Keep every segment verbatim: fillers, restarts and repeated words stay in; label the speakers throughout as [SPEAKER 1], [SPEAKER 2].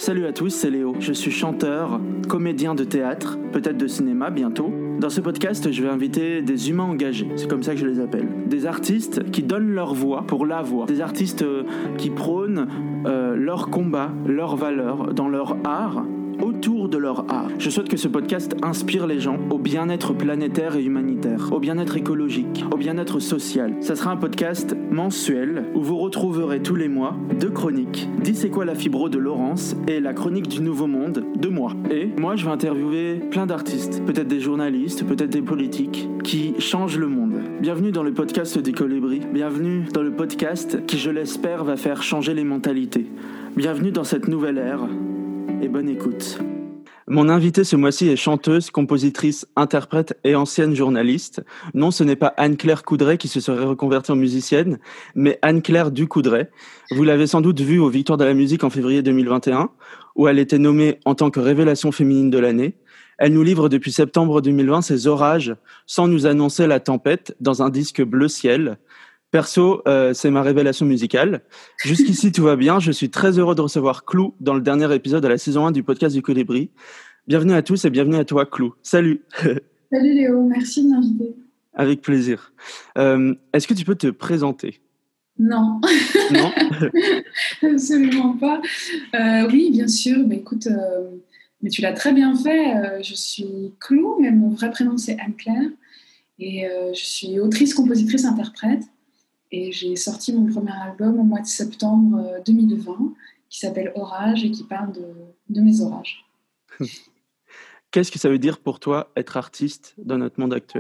[SPEAKER 1] Salut à tous, c'est Léo. Je suis chanteur, comédien de théâtre, peut-être de cinéma bientôt. Dans ce podcast, je vais inviter des humains engagés, c'est comme ça que je les appelle. Des artistes qui donnent leur voix pour la voix. Des artistes euh, qui prônent euh, leur combat, leurs valeurs dans leur art, autour de leur art. Je souhaite que ce podcast inspire les gens au bien-être planétaire et humanitaire, au bien-être écologique, au bien-être social. Ça sera un podcast mensuel où vous retrouverez tous les mois deux chroniques. Dis c'est quoi la fibro de Laurence et la chronique du Nouveau Monde de moi. Et moi, je vais interviewer plein d'artistes, peut-être des journalistes, peut-être des politiques, qui changent le monde. Bienvenue dans le podcast des Colibris. Bienvenue dans le podcast qui, je l'espère, va faire changer les mentalités. Bienvenue dans cette nouvelle ère. Et bonne écoute. Mon invitée ce mois-ci est chanteuse, compositrice, interprète et ancienne journaliste. Non, ce n'est pas Anne-Claire Coudray qui se serait reconvertie en musicienne, mais Anne-Claire Ducoudray. Vous l'avez sans doute vue aux Victoires de la musique en février deux mille vingt et un, où elle était nommée en tant que révélation féminine de l'année. Elle nous livre depuis septembre deux mille vingt ses orages, sans nous annoncer la tempête, dans un disque bleu ciel. Perso, euh, c'est ma révélation musicale. Jusqu'ici, tout va bien. Je suis très heureux de recevoir Clou dans le dernier épisode de la saison un du podcast du Colibri. Bienvenue à tous et bienvenue à toi, Clou. Salut.
[SPEAKER 2] Salut Léo, merci de m'inviter.
[SPEAKER 1] Avec plaisir. Euh, est-ce que tu peux te présenter ?
[SPEAKER 2] Non.
[SPEAKER 1] Non.
[SPEAKER 2] Absolument pas. Euh, oui, bien sûr. Bah, écoute, euh, mais tu l'as très bien fait. Euh, je suis Clou, mais mon vrai prénom c'est Anne-Claire. Et euh, je suis autrice, compositrice, interprète. Et j'ai sorti mon premier album au mois de septembre deux mille vingt, qui s'appelle Orage et qui parle de, de mes orages.
[SPEAKER 1] Qu'est-ce que ça veut dire pour toi être artiste dans notre monde actuel ?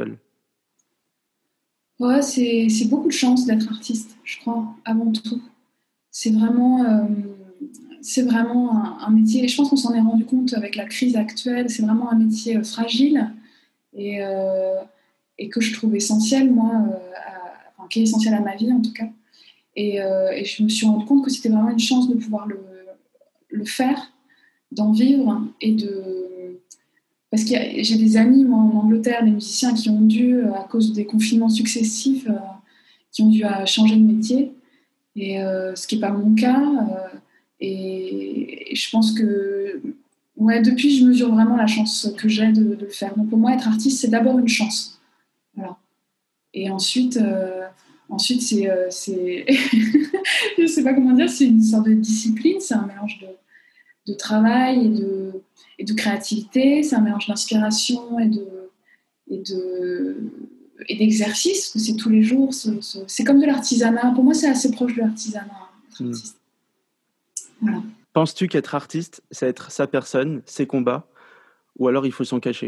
[SPEAKER 2] Ouais, c'est, c'est beaucoup de chance d'être artiste, je crois, avant tout. C'est vraiment, euh, c'est vraiment un, un métier, et je pense qu'on s'en est rendu compte avec la crise actuelle, c'est vraiment un métier euh, fragile et, euh, et que je trouve essentiel, moi, euh, à, enfin, qui est essentiel à ma vie en tout cas. Et, euh, et je me suis rendu compte que c'était vraiment une chance de pouvoir le, le faire, d'en vivre et de... Parce que j'ai des amis, moi, en Angleterre, des musiciens qui ont dû, à cause des confinements successifs, euh, qui ont dû euh, changer de métier, et, euh, ce qui n'est pas mon cas. Euh, et, et je pense que, ouais, depuis, je mesure vraiment la chance que j'ai de, de le faire. Donc pour moi, être artiste, c'est d'abord une chance. Voilà. Et ensuite, euh, ensuite c'est, euh, c'est... je ne sais pas comment dire, c'est une sorte de discipline, c'est un mélange de, de travail et de... et de créativité, c'est un mélange d'inspiration et, de, et, de, et d'exercice, parce que c'est tous les jours, c'est, c'est, c'est comme de l'artisanat. Pour moi, c'est assez proche de l'artisanat, être
[SPEAKER 1] mmh.
[SPEAKER 2] artiste. Voilà.
[SPEAKER 1] Penses-tu qu'être artiste, c'est être sa personne, ses combats, ou alors il faut s'en cacher ?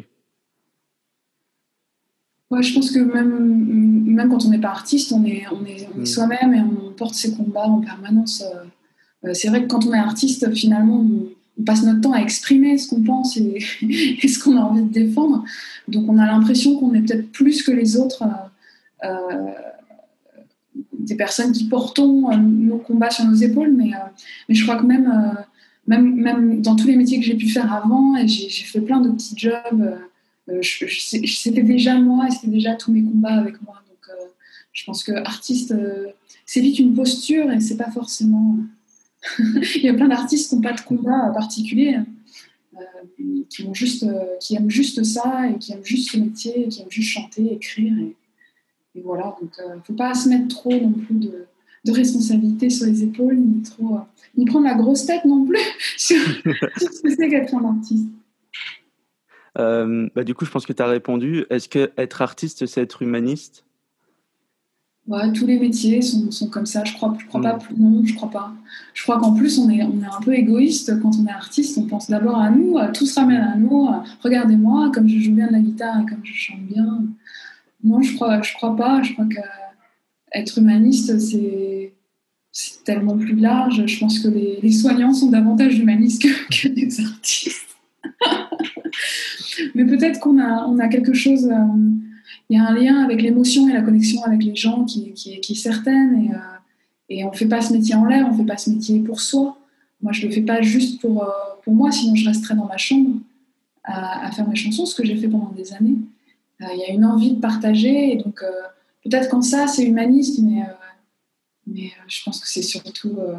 [SPEAKER 2] Ouais, je pense que même, même quand on n'est pas artiste, on est, on, est, on est mmh. soi-même et on porte ses combats en permanence. Euh, c'est vrai que quand on est artiste, finalement, on, on passe notre temps à exprimer ce qu'on pense et, et ce qu'on a envie de défendre. Donc on a l'impression qu'on est peut-être plus que les autres euh, euh, des personnes qui portons euh, nos combats sur nos épaules. Mais, euh, mais je crois que même, euh, même, même dans tous les métiers que j'ai pu faire avant, et j'ai, j'ai fait plein de petits jobs, euh, je, je, c'était déjà moi et c'était déjà tous mes combats avec moi. Donc euh, je pense que artiste, euh, c'est vite une posture et c'est pas forcément... Il y a plein d'artistes qui n'ont pas de combat particulier, euh, qui, ont juste, euh, qui aiment juste ça et qui aiment juste ce métier, et qui aiment juste chanter, écrire. Et, et voilà, donc il euh, ne faut pas se mettre trop non plus de, de responsabilité sur les épaules, ni, trop, euh, ni prendre la grosse tête non plus sur, sur ce que c'est qu'être un artiste.
[SPEAKER 1] Euh, bah, du coup, je pense que tu as répondu. Est-ce qu'être artiste, c'est être humaniste ?
[SPEAKER 2] Ouais, tous les métiers sont, sont comme ça, je crois, je crois pas, non, je crois pas. Je crois qu'en plus, on est, on est un peu égoïste quand on est artiste, on pense d'abord à nous, tout se ramène à nous, regardez-moi, comme je joue bien de la guitare et comme je chante bien. Non, je crois, je crois pas, je crois qu'être humaniste, c'est, c'est tellement plus large. Je pense que les, les soignants sont davantage humanistes que, que des artistes. Mais peut-être qu'on a, on a quelque chose... Euh, il y a un lien avec l'émotion et la connexion avec les gens qui, qui, qui est certaine. Et, euh, et on ne fait pas ce métier en l'air, on ne fait pas ce métier pour soi. Moi, je ne le fais pas juste pour, euh, pour moi, sinon je resterais dans ma chambre à, à faire mes chansons, ce que j'ai fait pendant des années. Il euh, y a une envie de partager. Et donc, euh, peut-être qu'en ça, c'est humaniste, mais, euh, mais euh, je pense que c'est surtout euh,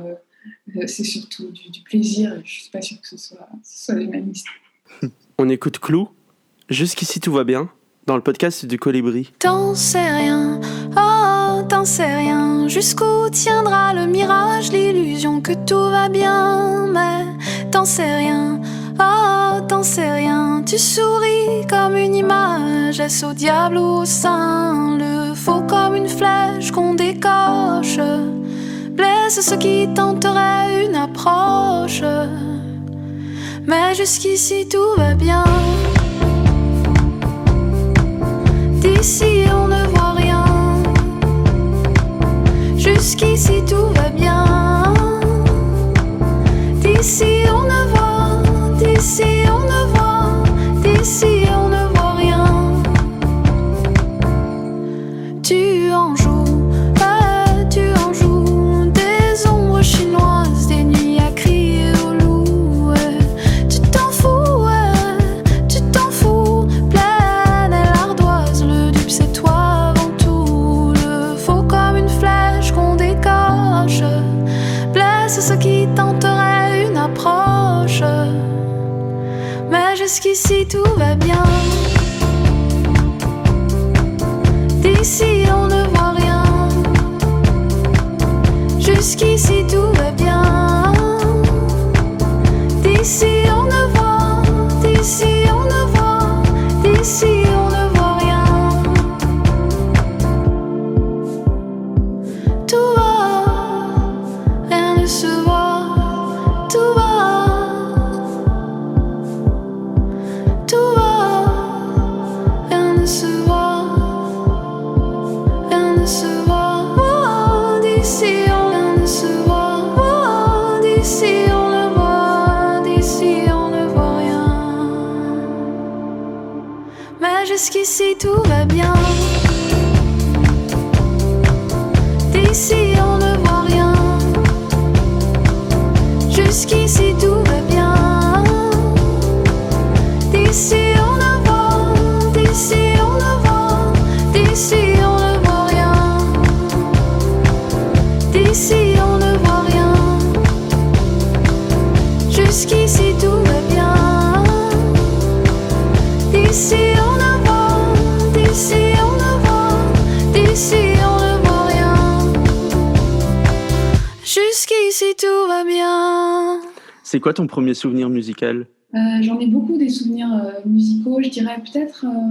[SPEAKER 2] euh, c'est surtout du, du plaisir. Je ne suis pas sûre que ce soit, ce soit humaniste.
[SPEAKER 1] On écoute Clou. Jusqu'ici tout va bien, dans le podcast du Colibri.
[SPEAKER 3] T'en sais rien, oh t'en sais rien. Jusqu'où tiendra le mirage, l'illusion que tout va bien. Mais t'en sais rien, oh t'en sais rien. Tu souris comme une image, est-ce au diable ou au saint? Le faux comme une flèche qu'on décoche blesse ceux qui tenteraient une approche. Mais jusqu'ici tout va bien. D'ici on ne voit rien. Jusqu'ici tout va bien. D'ici on ne voit, d'ici on ne voit, d'ici on ne voit rien. Tu en joues, ouais, tu en joues. Des ombres chinoises, des nuits à crier au loup. Ouais. Tu t'en fous, ouais, tu t'en fous. Pleine et l'ardoise, le dupe c'est toi avant tout. Le faux comme une flèche qu'on décoche blesse ceux qui tenteraient une approche. Mais jusqu'ici tout va bien. D'ici on ne voit rien. Jusqu'ici tout va bien. D'ici on ne voit, d'ici on ne voit, d'ici on ne voit rien. Tout va, rien ne se voit. Tout va, tout va, rien ne se voit. Rien ne se voit. Oh, d'ici on rien ne se voit. Oh, d'ici on le voit. D'ici on ne voit rien. Mais jusqu'ici tout va bien. D'ici on ne voit rien. Jusqu'ici tout va bien. D'ici on ne voit. D'ici on ne voit. D'ici on ne voit rien. D'ici on ne voit rien. Jusqu'ici tout va bien. D'ici on ne voit. D'ici on ne voit. D'ici on ne voit rien. Jusqu'ici tout va bien.
[SPEAKER 1] C'est quoi ton premier souvenir musical?
[SPEAKER 2] Euh, j'en ai beaucoup des souvenirs euh, musicaux. Je dirais peut-être euh,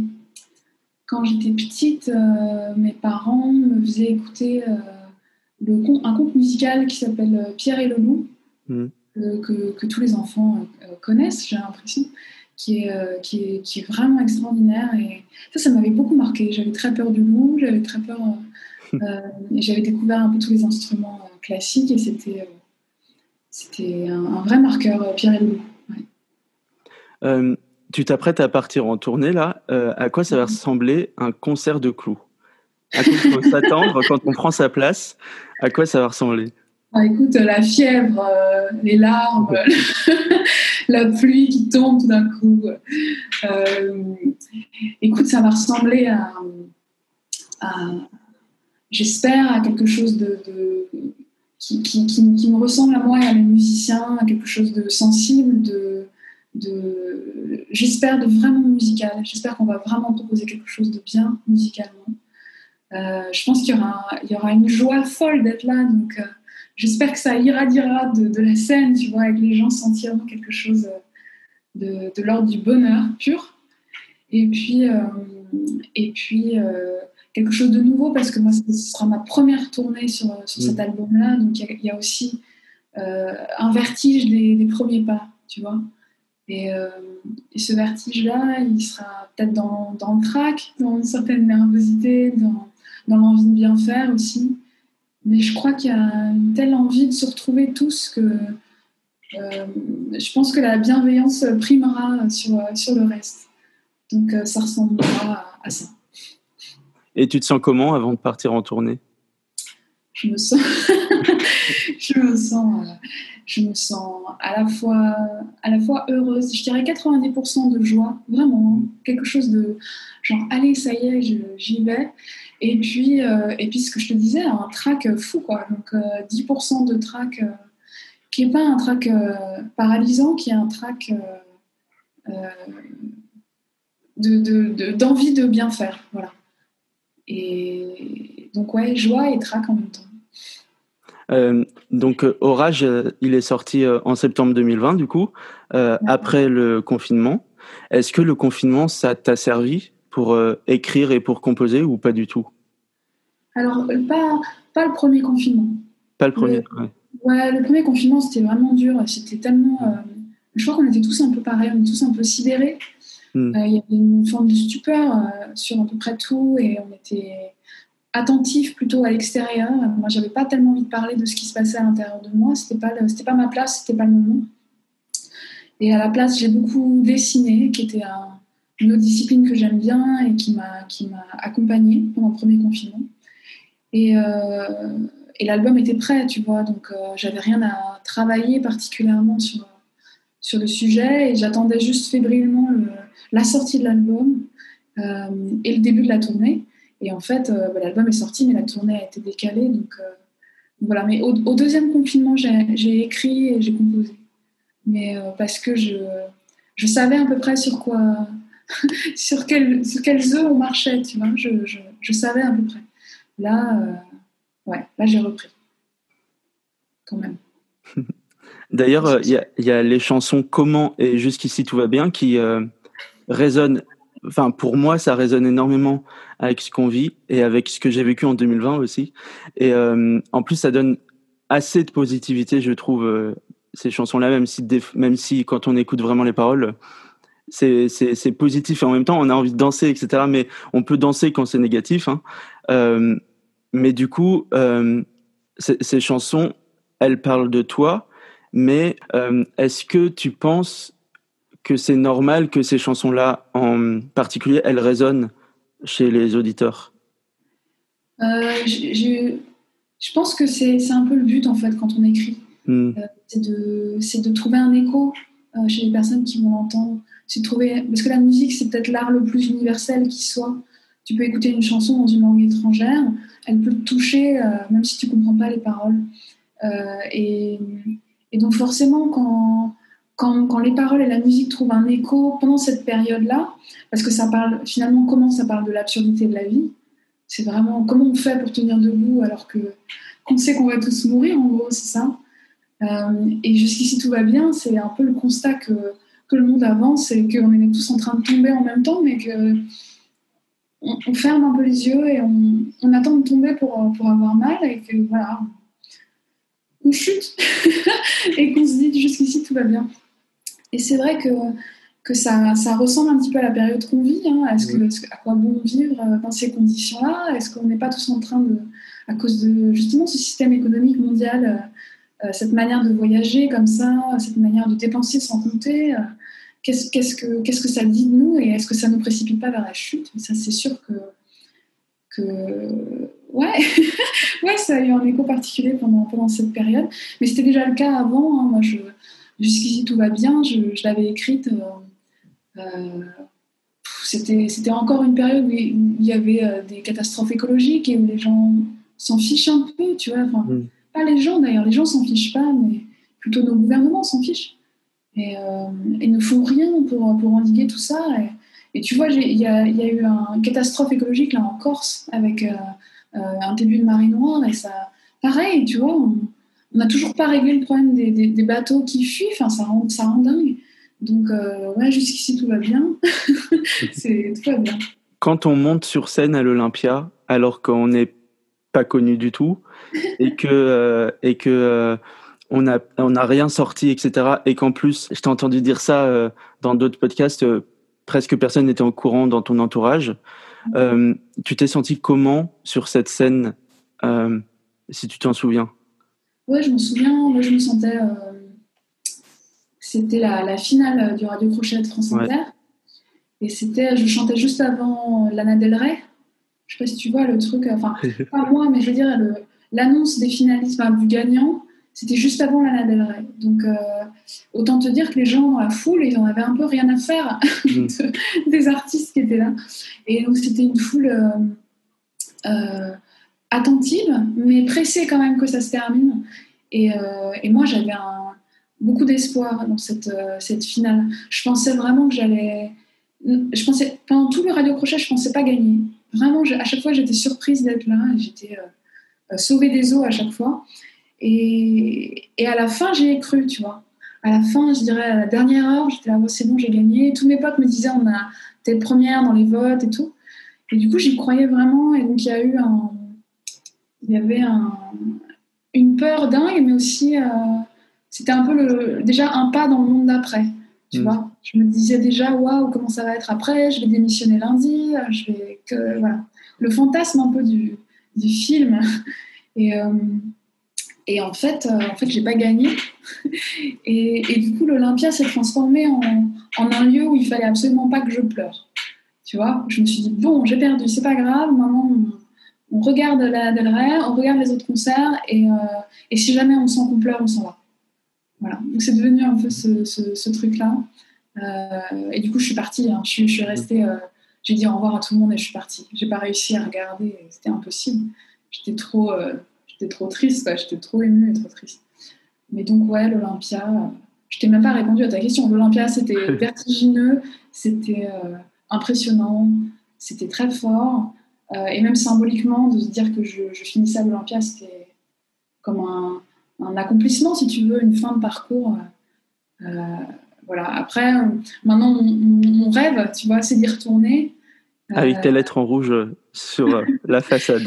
[SPEAKER 2] quand j'étais petite, euh, mes parents me faisaient écouter euh, le con- un conte musical qui s'appelle euh, Pierre et le loup,
[SPEAKER 1] Mm.
[SPEAKER 2] euh, que, que tous les enfants euh, connaissent, j'ai l'impression, qui est, euh, qui, est, qui est vraiment extraordinaire. Et ça, ça m'avait beaucoup marqué. J'avais très peur du loup, j'avais très peur. Euh, euh, et j'avais découvert un peu tous les instruments euh, classiques et c'était, euh, c'était un, un vrai marqueur, euh, Pierre et le loup. Ouais.
[SPEAKER 1] Euh, tu t'apprêtes à partir en tournée là. Euh, à quoi ça va ressembler un concert de Clou? À quoi il faut s'attendre quand on prend sa place? À quoi ça va ressembler?
[SPEAKER 2] Ah, écoute, la fièvre, euh, les larmes, la pluie qui tombe tout d'un coup. Euh, écoute, ça va ressembler à, à j'espère, à quelque chose de, de qui, qui, qui, qui me ressemble à moi et à mes musiciens, à quelque chose de sensible, de, de j'espère de vraiment musical. J'espère qu'on va vraiment proposer quelque chose de bien musicalement. Euh, je pense qu'il y aura, il y aura une joie folle d'être là, donc euh, j'espère que ça irradiera de, de la scène, tu vois, et que les gens sentiront quelque chose de, de l'ordre du bonheur pur. Et puis, euh, et puis euh, quelque chose de nouveau, parce que moi, ce sera ma première tournée sur, sur cet album-là, donc il y, y a aussi euh, un vertige des, des premiers pas, tu vois. Et, euh, et ce vertige-là, il sera peut-être dans, dans le trac, dans une certaine nervosité, dans, dans l'envie de bien faire aussi. Mais je crois qu'il y a une telle envie de se retrouver tous que euh, je pense que la bienveillance primera sur, sur le reste. Donc euh, ça ressemblera à, à ça.
[SPEAKER 1] Et tu te sens comment avant de partir en tournée?
[SPEAKER 2] Je me sens, je me sens euh, je me sens à la fois, à la fois heureuse, je dirais quatre-vingt-dix pour cent de joie, vraiment, hein, quelque chose de genre, allez, ça y est, je, j'y vais. Et puis, euh, et puis, ce que je te disais, un trac fou, quoi. Donc, euh, dix pour cent de trac euh, qui n'est pas un trac euh, paralysant, qui est un trac euh, euh, de, de, de, d'envie de bien faire, voilà. Et donc, ouais, joie et trac en même temps.
[SPEAKER 1] Euh, donc, euh, Orage, euh, il est sorti euh, en septembre deux mille vingt, du coup, euh, après le confinement. Est-ce que le confinement, ça t'a servi pour euh, écrire et pour composer ou pas du tout?
[SPEAKER 2] Alors, pas, pas le premier confinement.
[SPEAKER 1] Pas le premier,
[SPEAKER 2] le,
[SPEAKER 1] ouais.
[SPEAKER 2] Ouais, le premier confinement, c'était vraiment dur. C'était tellement... Euh, je crois qu'on était tous un peu pareils, on était tous un peu sidérés. Mm. Euh, il y avait une forme de stupeur euh, sur à peu près tout et on était attentifs plutôt à l'extérieur. Moi, j'avais pas tellement envie de parler de ce qui se passait à l'intérieur de moi. C'était pas, le, c'était pas ma place, c'était pas le moment. Et à la place, j'ai beaucoup dessiné, qui était un, une autre discipline que j'aime bien et qui m'a, qui m'a accompagnée pendant le premier confinement. Et, euh, et l'album était prêt, tu vois, donc euh, j'avais rien à travailler particulièrement sur, sur le sujet et j'attendais juste fébrilement le, la sortie de l'album euh, et le début de la tournée. Et en fait, euh, bah, l'album est sorti, mais la tournée a été décalée. Donc euh, voilà. Mais au, au deuxième confinement, j'ai, j'ai écrit et j'ai composé. Mais euh, parce que je, je savais à peu près sur quoi, sur, quel, sur quels œufs on marchait, tu vois. Je, je, je savais à peu près. Là, euh, ouais, là j'ai repris. Quand même.
[SPEAKER 1] D'ailleurs, il euh, y, y a les chansons Comment et Jusqu'ici tout va bien qui euh, résonnent. Enfin, pour moi, ça résonne énormément avec ce qu'on vit et avec ce que j'ai vécu en deux mille vingt aussi. Et euh, en plus, ça donne assez de positivité, je trouve, euh, ces chansons-là, même si, même si quand on écoute vraiment les paroles, c'est, c'est, c'est positif et en même temps, on a envie de danser, et cetera. Mais on peut danser quand c'est négatif. Hein. Euh, mais du coup, euh, c- ces chansons, elles parlent de toi. Mais euh, est-ce que tu penses que c'est normal que ces chansons-là, en particulier, elles résonnent chez les auditeurs?
[SPEAKER 2] euh, je, je, je pense que c'est, c'est un peu le but, en fait, quand on écrit. Mm. Euh, c'est, de, c'est de trouver un écho euh, chez les personnes qui vont l'entendre. C'est de trouver... Parce que la musique, c'est peut-être l'art le plus universel qui soit. Tu peux écouter une chanson dans une langue étrangère, elle peut te toucher, euh, même si tu ne comprends pas les paroles. Euh, et, et donc forcément, quand... Quand, quand les paroles et la musique trouvent un écho pendant cette période-là, parce que ça parle, finalement, comment ça parle de l'absurdité de la vie, c'est vraiment comment on fait pour tenir debout alors que, qu'on sait qu'on va tous mourir, en gros, c'est ça. Euh, et jusqu'ici, tout va bien, c'est un peu le constat que, que le monde avance et qu'on est tous en train de tomber en même temps, mais qu'on on ferme un peu les yeux et on, on attend de tomber pour, pour avoir mal et que, voilà, on chute et qu'on se dit jusqu'ici, tout va bien. Et c'est vrai que, que ça, ça ressemble un petit peu à la période qu'on vit. Hein. Est-ce que, est-ce, à quoi bon vivre dans ces conditions-là? Est-ce qu'on n'est pas tous en train de, à cause de justement ce système économique mondial, euh, cette manière de voyager comme ça, cette manière de dépenser sans compter, euh, qu'est-ce, qu'est-ce, que, qu'est-ce que ça dit de nous et est-ce que ça ne nous précipite pas vers la chute? Ça, c'est sûr que... que ouais. ouais, ça a eu un écho particulier pendant, pendant cette période. Mais c'était déjà le cas avant. Hein. Moi, je... Jusqu'ici, tout va bien. Je, je l'avais écrite. Euh, euh, c'était, c'était encore une période où il y avait euh, des catastrophes écologiques et où les gens s'en fichent un peu, tu vois. Enfin, mmh. Pas les gens, d'ailleurs. Les gens s'en fichent pas, mais plutôt nos gouvernements s'en fichent. Et, euh, et ne font rien pour, pour endiguer tout ça. Et, et tu vois, il y a, y a eu un, une catastrophe écologique là, en Corse avec euh, euh, un début de marée noire. Et ça, pareil, tu vois... On, On n'a toujours pas réglé le problème des, des, des bateaux qui fuient, enfin, ça, rend, ça rend dingue. Donc, euh, ouais, jusqu'ici, tout va bien. C'est, tout va bien.
[SPEAKER 1] Quand on monte sur scène à l'Olympia, alors qu'on n'est pas connu du tout, et que, euh, et que euh, on n'a on a rien sorti, et cetera, et qu'en plus, je t'ai entendu dire ça euh, dans d'autres podcasts, euh, presque personne n'était au courant dans ton entourage. Euh, tu t'es senti comment sur cette scène, euh, si tu t'en souviens?
[SPEAKER 2] Ouais, je me souviens, moi je me sentais... Euh, c'était la, la finale du Radio Crochet de France Inter. Ouais. Et c'était, je chantais juste avant Lana Del Rey. Je sais pas si tu vois le truc, enfin, pas moi, mais je veux dire, le, l'annonce des finalistes, enfin, du gagnant, c'était juste avant Lana Del Rey. Donc, euh, autant te dire que les gens dans la foule, ils en avaient un peu rien à faire de, des artistes qui étaient là. Et donc, c'était une foule euh, euh, attentive, mais pressée quand même que ça se termine. Et, euh, et moi, j'avais un, beaucoup d'espoir dans cette, euh, cette finale. Je pensais vraiment que j'allais... Je pensais, pendant tout le radio-crochet, je ne pensais pas gagner. Vraiment, je, à chaque fois, j'étais surprise d'être là. Et j'étais euh, sauvée des eaux à chaque fois. Et, et à la fin, j'y ai cru, tu vois. À la fin, je dirais, à la dernière heure, j'étais là, oh, c'est bon, j'ai gagné. Tous mes potes me disaient, on a été première dans les votes et tout. Et du coup, j'y croyais vraiment. Et donc, il y a eu un... Il y avait un, une peur dingue, mais aussi... Euh, c'était un peu le, déjà un pas dans le monde d'après. Tu mmh. vois, je me disais déjà, waouh, comment ça va être après, je vais démissionner lundi, je vais que, voilà. Le fantasme un peu du, du film. Et, euh, et en fait, euh, en fait, j'ai pas gagné. Et, et du coup, l'Olympia s'est transformé en, en un lieu où il fallait absolument pas que je pleure. Tu vois, je me suis dit, bon, j'ai perdu, c'est pas grave, maintenant, on, on regarde la Del Rey, on regarde les autres concerts, et, euh, et si jamais on sent qu'on pleure, on s'en va. Voilà, donc c'est devenu un peu ce, ce, ce truc-là. Euh, et du coup, je suis partie. Hein. Je, suis, je suis restée. Euh, j'ai dit au revoir à tout le monde et je suis partie. J'ai pas réussi à regarder. C'était impossible. J'étais trop, euh, j'étais trop triste. Quoi. J'étais trop émue et trop triste. Mais donc ouais, l'Olympia. Euh, je t'ai même pas répondu à ta question. L'Olympia, c'était vertigineux, c'était euh, impressionnant, c'était très fort. Euh, et même symboliquement, de se dire que je, je finissais à l'Olympia, c'était comme un un accomplissement, si tu veux, une fin de parcours. Euh, voilà. Après, euh, maintenant, mon, mon rêve, tu vois, c'est d'y retourner.
[SPEAKER 1] Avec euh, tes lettres en rouge sur euh, la façade.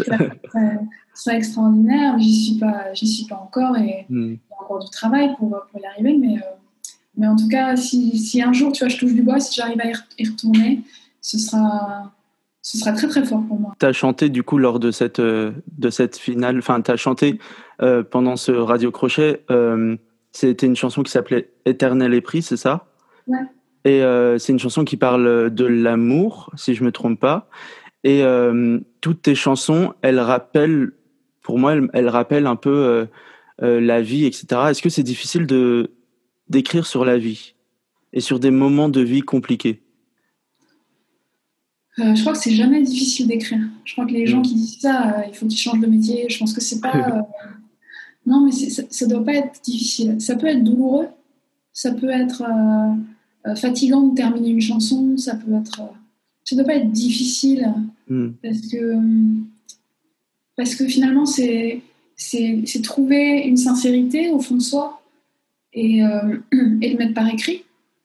[SPEAKER 2] Ce serait extraordinaire, mais j'y suis pas, j'y suis pas encore et mm. il y a encore du travail pour, pour y arriver. Mais, euh, mais en tout cas, si, si un jour, tu vois, je touche du bois, si j'arrive à y retourner, ce sera... Ce sera très très fort pour moi.
[SPEAKER 1] Tu as chanté du coup lors de cette, euh, de cette finale, enfin tu as chanté euh, pendant ce radio-crochet, euh, c'était une chanson qui s'appelait Éternel épris, c'est ça ?
[SPEAKER 2] Ouais.
[SPEAKER 1] Et euh, c'est une chanson qui parle de l'amour, si je ne me trompe pas. Et euh, toutes tes chansons, elles rappellent, pour moi, elles, elles rappellent un peu euh, euh, la vie, et cetera. Est-ce que c'est difficile de, d'écrire sur la vie et sur des moments de vie compliqués ?
[SPEAKER 2] Euh, je crois que c'est jamais difficile d'écrire. Je crois que les gens qui disent ça, euh, il faut qu'ils changent de métier. Je pense que c'est pas... Euh... Non, mais c'est, ça, ça doit pas être difficile. Ça peut être douloureux. Ça peut être euh, euh, fatigant de terminer une chanson. Ça peut être... Euh... Ça doit pas être difficile. Mm. Parce que... Parce que finalement, c'est, c'est, c'est trouver une sincérité au fond de soi et, euh, et le mettre par écrit.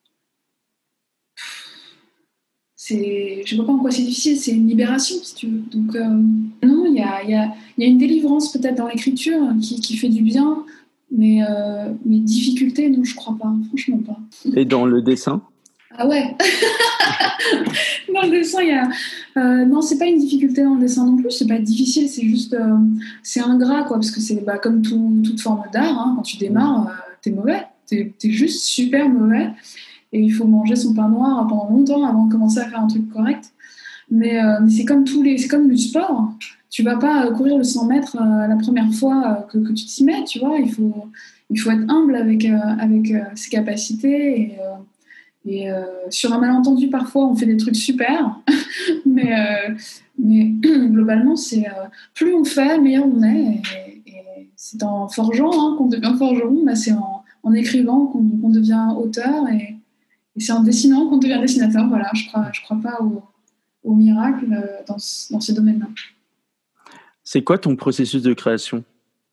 [SPEAKER 2] C'est, je ne vois pas en quoi c'est difficile, c'est une libération, si tu veux. Donc, euh, non, il y a, y, a, y a une délivrance peut-être dans l'écriture qui, qui fait du bien, mais euh, mes difficultés, non, je ne crois pas, franchement pas.
[SPEAKER 1] Et dans le dessin ?
[SPEAKER 2] Ah ouais. Dans le dessin, il y a... Euh, non, ce n'est pas une difficulté dans le dessin non plus, ce n'est pas difficile, c'est juste... Euh, c'est ingrat, quoi, parce que c'est bah, comme tout, toute forme d'art, hein, quand tu démarres, euh, tu es mauvais, tu es juste super mauvais. Et il faut manger son pain noir pendant longtemps avant de commencer à faire un truc correct. Mais, euh, mais c'est comme tous les, c'est comme le sport. Tu vas pas courir le cent mètres euh, la première fois que, que tu t'y mets, tu vois. Il faut, il faut être humble avec, euh, avec euh, ses capacités. Et, euh, et euh, sur un malentendu, parfois, on fait des trucs super. mais, euh, mais globalement, c'est euh, plus on fait, meilleur on est. Et, et c'est en forgeant hein, qu'on devient forgeron. Bah, c'est en, en écrivant qu'on, qu'on devient auteur. Et, Et c'est en dessinant qu'on devient dessinateur. Voilà, je ne crois, je crois pas au, au miracle dans, dans ce domaine-là.
[SPEAKER 1] C'est quoi ton processus de création ?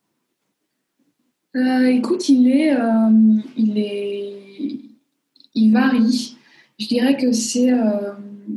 [SPEAKER 2] euh, Écoute, il est, euh, il est, il varie. Je dirais que c'est, euh,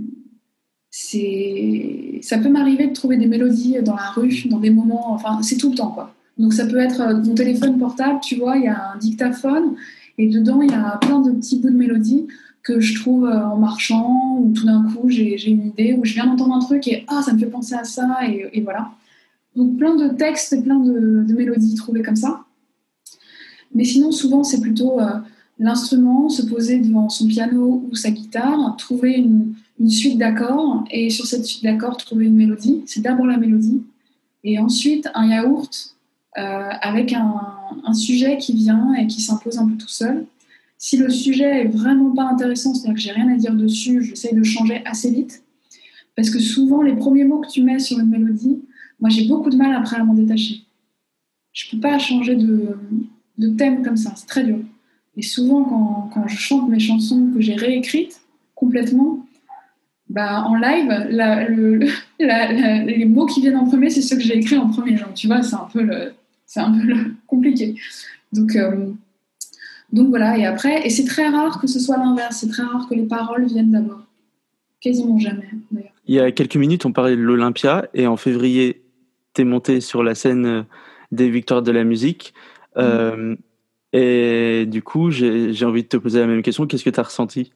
[SPEAKER 2] c'est, ça peut m'arriver de trouver des mélodies dans la rue, dans des moments. Enfin, c'est tout le temps, quoi. Donc ça peut être mon téléphone portable. Tu vois, il y a un dictaphone. Et dedans, il y a plein de petits bouts de mélodie que je trouve en marchant, ou tout d'un coup, j'ai, j'ai une idée, ou je viens d'entendre un truc et ah, ça me fait penser à ça, et, et voilà. Donc, plein de textes, plein de, de mélodies trouvées comme ça. Mais sinon, souvent, c'est plutôt euh, l'instrument, se poser devant son piano ou sa guitare, trouver une, une suite d'accords, et sur cette suite d'accords, trouver une mélodie. C'est d'abord la mélodie, et ensuite, un yaourt euh, avec un, un sujet qui vient et qui s'impose un peu tout seul. Si le sujet est vraiment pas intéressant, c'est-à-dire que j'ai rien à dire dessus, j'essaye de changer assez vite. Parce que souvent, les premiers mots que tu mets sur une mélodie, moi j'ai beaucoup de mal après à m'en détacher. Je peux pas changer de, de thème comme ça, c'est très dur. Et souvent, quand, quand je chante mes chansons que j'ai réécrites complètement, bah, en live, la, le, la, la, les mots qui viennent en premier, c'est ceux que j'ai écrits en premier. Genre, tu vois, c'est un peu, le, c'est un peu le, compliqué. Donc, euh, donc voilà, et après, et c'est très rare que ce soit l'inverse, c'est très rare que les paroles viennent d'abord. Quasiment jamais, d'ailleurs.
[SPEAKER 1] Il y a quelques minutes, on parlait de l'Olympia, et en février, t'es monté sur la scène des Victoires de la musique. Euh, mmh. Et du coup, j'ai, j'ai envie de te poser la même question. Qu'est-ce que tu as ressenti?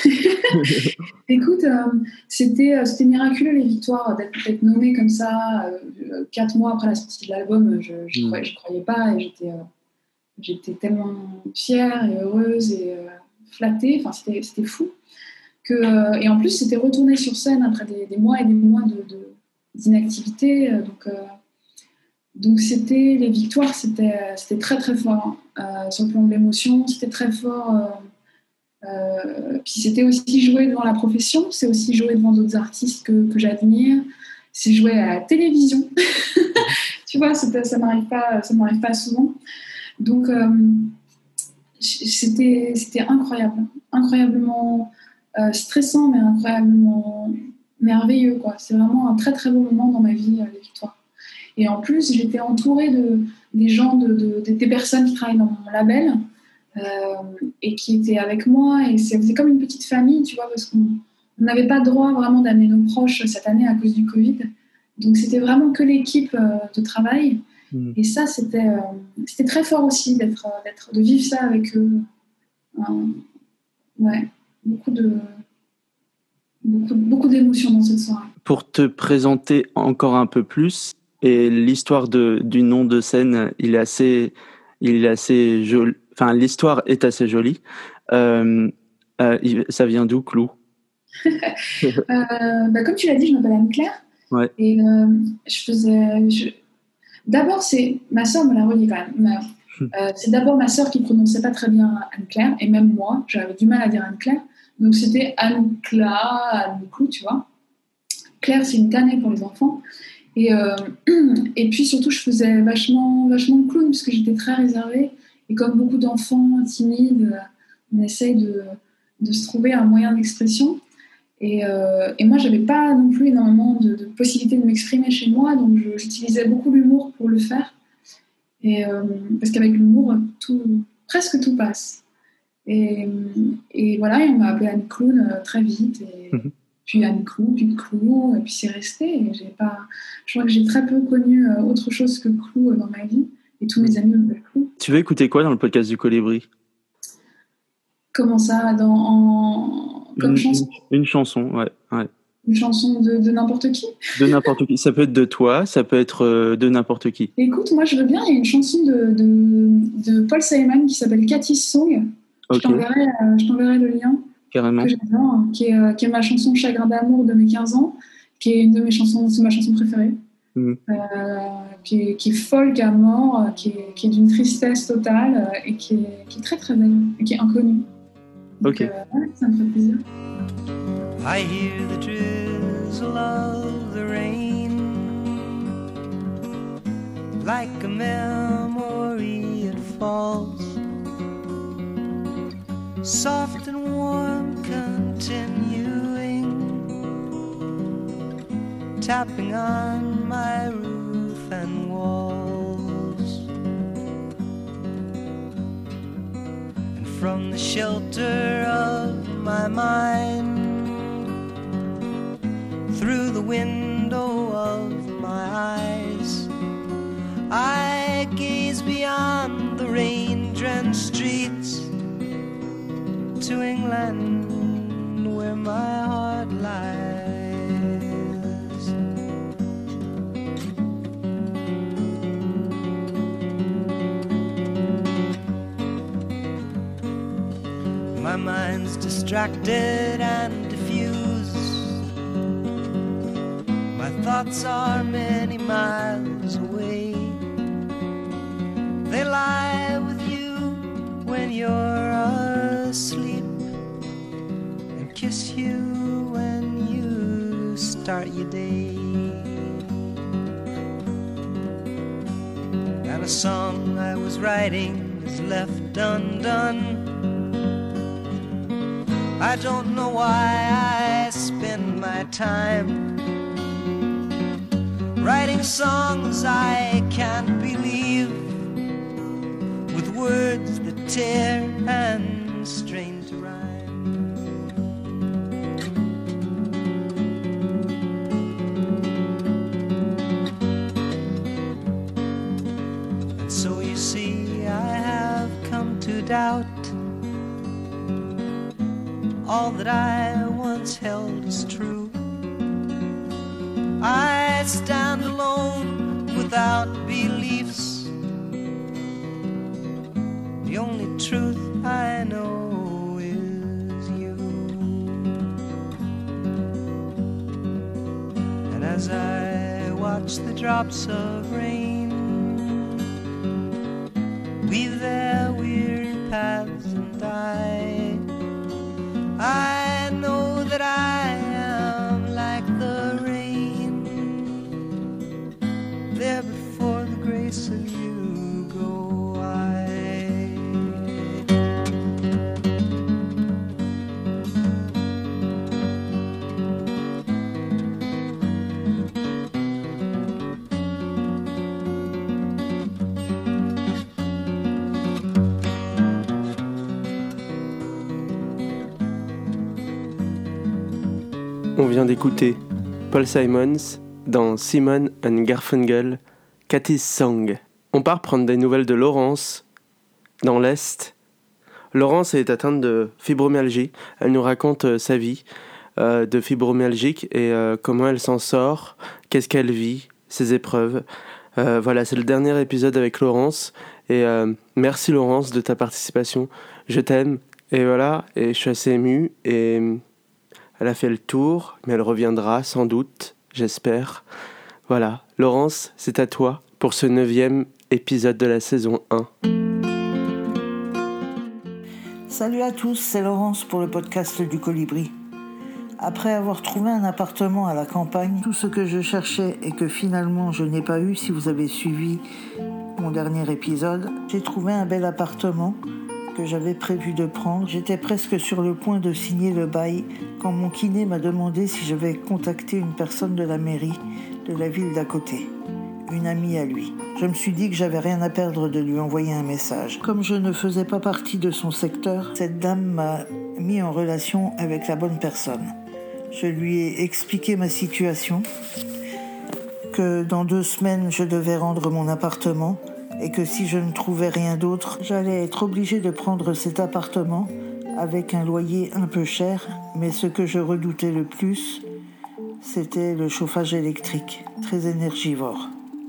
[SPEAKER 2] Écoute, euh, c'était, euh, c'était miraculeux les victoires, d'être, d'être nommée comme ça, euh, quatre mois après la sortie de l'album. Je ne croyais, mmh. croyais pas et j'étais, euh, j'étais tellement fière et heureuse et euh, flattée. Enfin, c'était, c'était fou. Que, euh, et en plus, c'était retourné sur scène après des, des mois et des mois de, de, d'inactivité. Donc, euh, donc c'était, les victoires, c'était, c'était très très fort. Euh, sur le plan de l'émotion, c'était très fort. Euh, euh, puis c'était aussi jouer devant la profession, c'est aussi jouer devant d'autres artistes que, que j'admire. C'est jouer à la télévision. Tu vois, c'était, ça m'arrive pas, ça m'arrive pas souvent. Donc euh, c'était, c'était incroyable, incroyablement euh, stressant, mais incroyablement merveilleux, quoi. C'est vraiment un très très beau moment dans ma vie, euh, les victoires. Et en plus, j'étais entourée de, des gens, de, de, de, des personnes qui travaillent dans mon label euh, et qui étaient avec moi. Et c'était comme une petite famille, tu vois, parce qu'on n'avait pas le droit vraiment d'amener nos proches cette année à cause du Covid. Donc, c'était vraiment que l'équipe euh, de travail. Mmh. Et ça, c'était, euh, c'était très fort aussi d'être, d'être, de vivre ça avec eux. Euh, ouais, beaucoup de... Beaucoup, beaucoup d'émotions dans cette soirée.
[SPEAKER 1] Pour te présenter encore un peu plus, et l'histoire de, du nom de scène, il est assez, il est assez joli. Enfin, l'histoire est assez jolie. Euh, euh, ça vient d'où, Clou?
[SPEAKER 2] euh, bah, Comme tu l'as dit, je m'appelle Anne-Claire.
[SPEAKER 1] Ouais.
[SPEAKER 2] Et euh, je faisais. Je... D'abord, c'est ma sœur me l'a redit quand même. Euh, c'est d'abord ma sœur qui prononçait pas très bien Anne-Claire, et même moi, j'avais du mal à dire Anne-Claire. Donc c'était Anne-Cla, Anne-Clou, tu vois. Claire, c'est une tannée pour les enfants. Et, euh, et puis surtout, je faisais vachement, vachement de clown parce que j'étais très réservée. Et comme beaucoup d'enfants timides, on essaye de, de se trouver un moyen d'expression. Et, euh, et moi, j'avais pas non plus énormément de, de possibilités de m'exprimer chez moi, donc je, j'utilisais beaucoup l'humour pour le faire. Et, euh, parce qu'avec l'humour, tout, presque tout passe. Et, et voilà, et on m'a appelée Anne Clown euh, très vite. Et, mmh. Puis Anne Clou, puis Clou, et puis c'est resté. Et j'ai pas, je crois que j'ai très peu connu euh, autre chose que Clou euh, dans ma vie. Et tous mes amis m'appellent Clou.
[SPEAKER 1] Tu veux écouter quoi dans le podcast du Colibri?
[SPEAKER 2] Comment ça dans, en, Comme
[SPEAKER 1] une,
[SPEAKER 2] chanson
[SPEAKER 1] une, une chanson, ouais. ouais.
[SPEAKER 2] Une chanson de, de n'importe qui?
[SPEAKER 1] De n'importe qui. Ça peut être de toi, ça peut être euh, de n'importe qui.
[SPEAKER 2] Écoute, moi je veux bien. Il y a une chanson de, de, de Paul Simon qui s'appelle Cathy's Song. Okay. Je, t'enverrai, euh, je t'enverrai le lien.
[SPEAKER 1] Carrément.
[SPEAKER 2] Que j'adore, qui est, euh, qui est ma chanson Chagrin d'amour de mes quinze ans, qui est une de mes chansons, c'est ma chanson préférée, mmh. euh, qui, est, qui est folk à mort, qui est, qui est d'une tristesse totale euh, et qui est, qui est très très belle, et qui est inconnue. Donc,
[SPEAKER 1] ok.
[SPEAKER 2] Euh, ouais, ça me fait plaisir.
[SPEAKER 4] I hear the drizzle of the rain, like a memory it falls, soft and warm, continuing, tapping on my roof and walls. And from the shelter of my mind, through the window of my eyes, I gaze beyond the rain-drenched streets to England, where my heart lies. My mind's distracted and diffused, my thoughts are many miles away. They lie with you when you're asleep and kiss you when you start your day. And a song I was writing is left undone. I don't know why I spend my time writing songs I can't believe, with words that tear and strain to rhyme. And so you see, I have come to doubt all that I once held as true. I stand alone without beliefs. The only truth I know is you. And as I watch the drops of rain weave their weird paths and die, I know that I am like the rain, there before the grace of you go I.
[SPEAKER 1] On vient d'écouter Paul Simons dans Simon and Garfunkel, Cathy's Song. On part prendre des nouvelles de Laurence, dans l'Est. Laurence est atteinte de fibromyalgie. Elle nous raconte sa vie euh, de fibromyalgique et euh, comment elle s'en sort, qu'est-ce qu'elle vit, ses épreuves. Euh, voilà, c'est le dernier épisode avec Laurence. Et euh, merci Laurence de ta participation. Je t'aime. Et voilà, et je suis assez ému. Et elle a fait le tour, mais elle reviendra sans doute, j'espère. Voilà, Laurence, c'est à toi pour ce neuvième épisode de la saison un.
[SPEAKER 5] Salut à tous, c'est Laurence pour le podcast du Colibri. Après avoir trouvé un appartement à la campagne, tout ce que je cherchais et que finalement je n'ai pas eu, si vous avez suivi mon dernier épisode, j'ai trouvé un bel appartement que j'avais prévu de prendre. J'étais presque sur le point de signer le bail quand mon kiné m'a demandé si je vais contacter une personne de la mairie de la ville d'à côté, une amie à lui. Je me suis dit que j'avais rien à perdre de lui envoyer un message. Comme je ne faisais pas partie de son secteur, cette dame m'a mis en relation avec la bonne personne. Je lui ai expliqué ma situation, que dans deux semaines je devais rendre mon appartement et que si je ne trouvais rien d'autre, j'allais être obligée de prendre cet appartement avec un loyer un peu cher, mais ce que je redoutais le plus, c'était le chauffage électrique, très énergivore.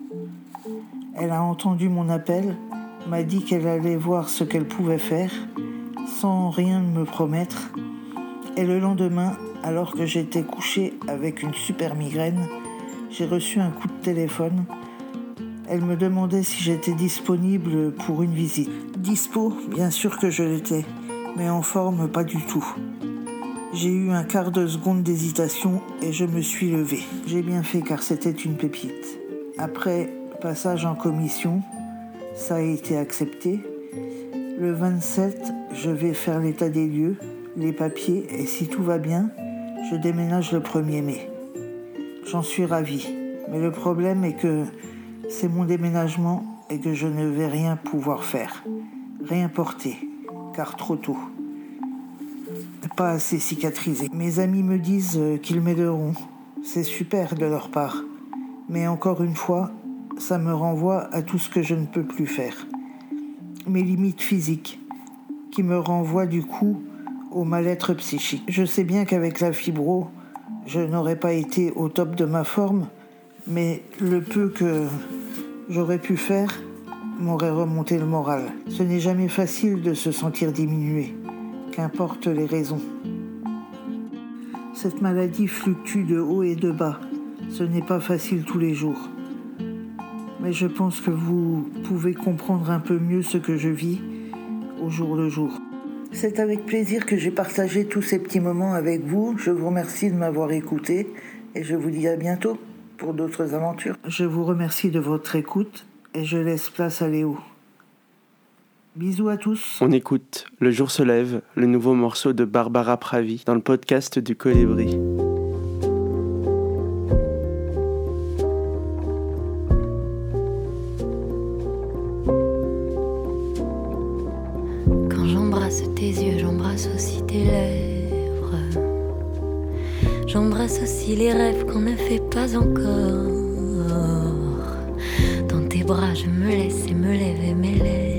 [SPEAKER 5] Elle a entendu mon appel, m'a dit qu'elle allait voir ce qu'elle pouvait faire, sans rien me promettre, et le lendemain, alors que j'étais couchée avec une super migraine, j'ai reçu un coup de téléphone. Elle me demandait si j'étais disponible pour une visite. Dispo, bien sûr que je l'étais, mais en forme pas du tout. J'ai eu un quart de seconde d'hésitation et je me suis levée. J'ai bien fait car c'était une pépite. Après passage en commission, ça a été accepté. Le vingt-sept, je vais faire l'état des lieux, les papiers et si tout va bien, je déménage le premier mai. J'en suis ravie, mais le problème est que c'est mon déménagement et que je ne vais rien pouvoir faire. Rien porter, car trop tôt. Pas assez cicatrisé. Mes amis me disent qu'ils m'aideront. C'est super de leur part. Mais encore une fois, ça me renvoie à tout ce que je ne peux plus faire. Mes limites physiques, qui me renvoient du coup au mal-être psychique. Je sais bien qu'avec la fibro, je n'aurais pas été au top de ma forme, mais le peu que j'aurais pu faire m'aurait remonté le moral. Ce n'est jamais facile de se sentir diminué, qu'importe les raisons. Cette maladie fluctue de haut et de bas. Ce n'est pas facile tous les jours. mais je pense que vous pouvez comprendre un peu mieux ce que je vis au jour le jour. C'est avec plaisir que j'ai partagé tous ces petits moments avec vous. Je vous remercie de m'avoir écouté et je vous dis à bientôt pour d'autres aventures. Je vous remercie de votre écoute et je laisse place à Léo. Bisous à tous.
[SPEAKER 1] On écoute Le jour se lève, le nouveau morceau de Barbara Pravi dans le podcast du Colibri.
[SPEAKER 3] Quand j'embrasse tes yeux, j'embrasse aussi tes lèvres. J'embrasse aussi les rêves qu'on ne fait pas encore. Dans tes bras, je me laisse et me lève et m'élève.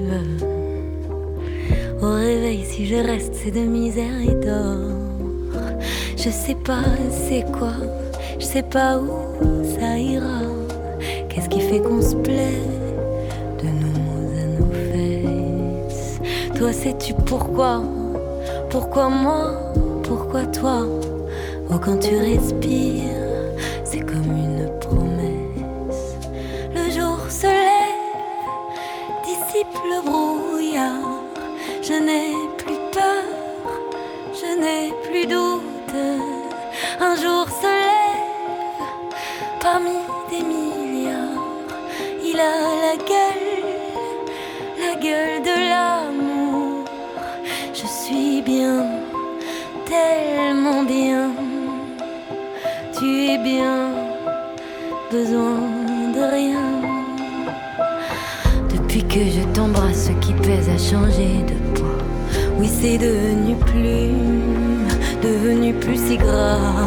[SPEAKER 3] Au réveil, si je reste, c'est de misère et d'or. Je sais pas c'est quoi, je sais pas où ça ira. Qu'est-ce qui fait qu'on se plaît de nos mots à nos fesses? Toi, sais-tu pourquoi? Pourquoi moi? Pourquoi toi? Oh, quand tu respires, c'est comme une promesse. Le jour se lève, dissipe le brouillard. Je n'ai plus peur, je n'ai plus doute. Un jour se lève parmi des milliards. Il a la gueule, la gueule de l'amour. Je suis bien, tellement bien. Tu es bien, besoin de rien. Depuis que je t'embrasse, ce qui pèse a changé de poids. Oui, c'est devenu plus, devenu plus si grave.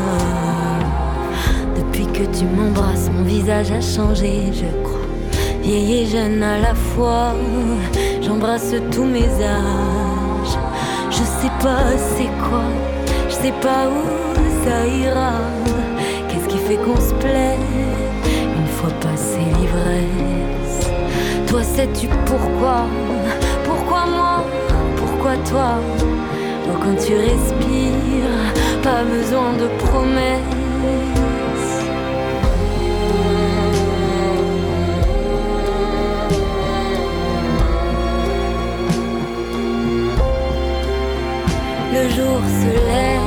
[SPEAKER 3] Depuis que tu m'embrasses, mon visage a changé, je crois. Vieille et jeune à la fois, j'embrasse tous mes âges. Je sais pas c'est quoi, je sais pas où ça ira. Qu'est-ce qui fait qu'on se plaît une fois passé l'ivresse? Toi, sais-tu pourquoi? Pourquoi moi? Pourquoi toi? Oh, quand tu respires, pas besoin de promesses. Le jour se lève.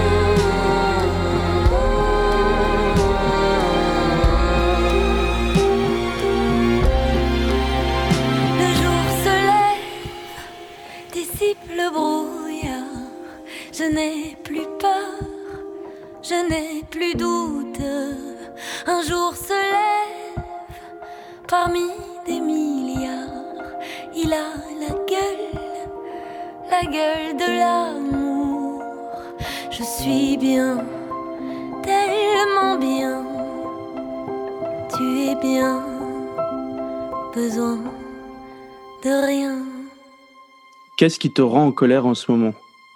[SPEAKER 3] Le brouillard, je n'ai plus peur, je n'ai plus doute. Un jour se lève parmi des milliards. Il a la gueule, la gueule de l'amour. Je suis bien, tellement bien. Tu es bien, besoin de rien.
[SPEAKER 1] Qu'est-ce qui te rend en colère en ce moment?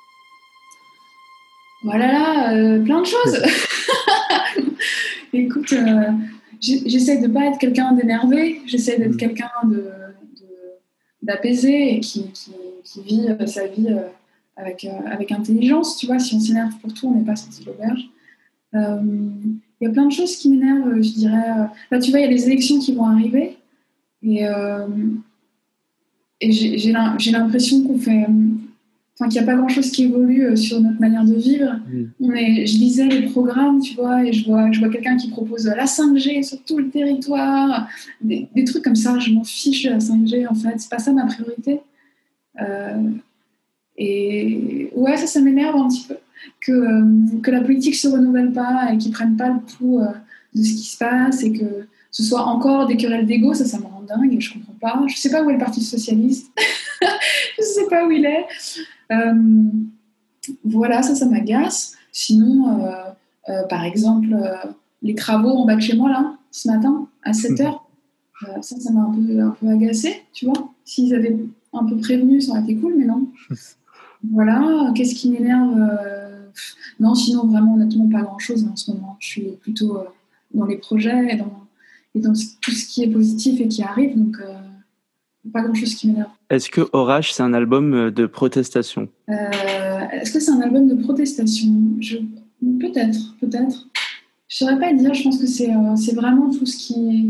[SPEAKER 2] Voilà, là, euh, plein de choses. Écoute, euh, j'essaie de ne pas être quelqu'un d'énervé, j'essaie d'être quelqu'un de, de, d'apaisé et qui, qui, qui vit euh, sa vie euh, avec, euh, avec intelligence. Tu vois, si on s'énerve pour tout, on n'est pas sorti de l'auberge. Il euh, y a plein de choses qui m'énervent, je dirais. Euh, là, tu vois, il y a les élections qui vont arriver et... Euh, Et j'ai, j'ai, j'ai l'impression qu'on fait, enfin, qu'il n'y a pas grand-chose qui évolue sur notre manière de vivre. Mmh. On est, je lisais les programmes, tu vois, et je vois, je vois quelqu'un qui propose la cinq G sur tout le territoire, des, des trucs comme ça. Je m'en fiche de la cinq G, en fait. C'est pas ça ma priorité. Euh, et ouais, ça, ça m'énerve un petit peu. Que, euh, que la politique ne se renouvelle pas et qu'ils ne prennent pas le pouls euh, de ce qui se passe et que ce soit encore des querelles d'ego, ça, ça me rend dingue et je comprends pas. Je sais pas où est le Parti Socialiste. Je sais pas où il est. Euh, voilà, ça, ça m'agace. Sinon, euh, euh, par exemple, euh, les travaux en bas de chez moi, là, ce matin, à sept heures, euh, ça, ça m'a un peu, un peu agacée, tu vois. S'ils avaient un peu prévenu, ça aurait été cool, mais non. Voilà, qu'est-ce qui m'énerve euh... Non, sinon, vraiment, honnêtement, pas grand-chose en ce moment. Je suis plutôt euh, dans les projets et dans... et dans tout ce qui est positif et qui arrive, donc euh, pas grand-chose qui m'énerve.
[SPEAKER 1] Est-ce que Orage, c'est un album de protestation?
[SPEAKER 2] euh, Est-ce que c'est un album de protestation? je... Peut-être, peut-être. Je ne saurais pas dire, je pense que c'est, euh, c'est vraiment tout ce qui est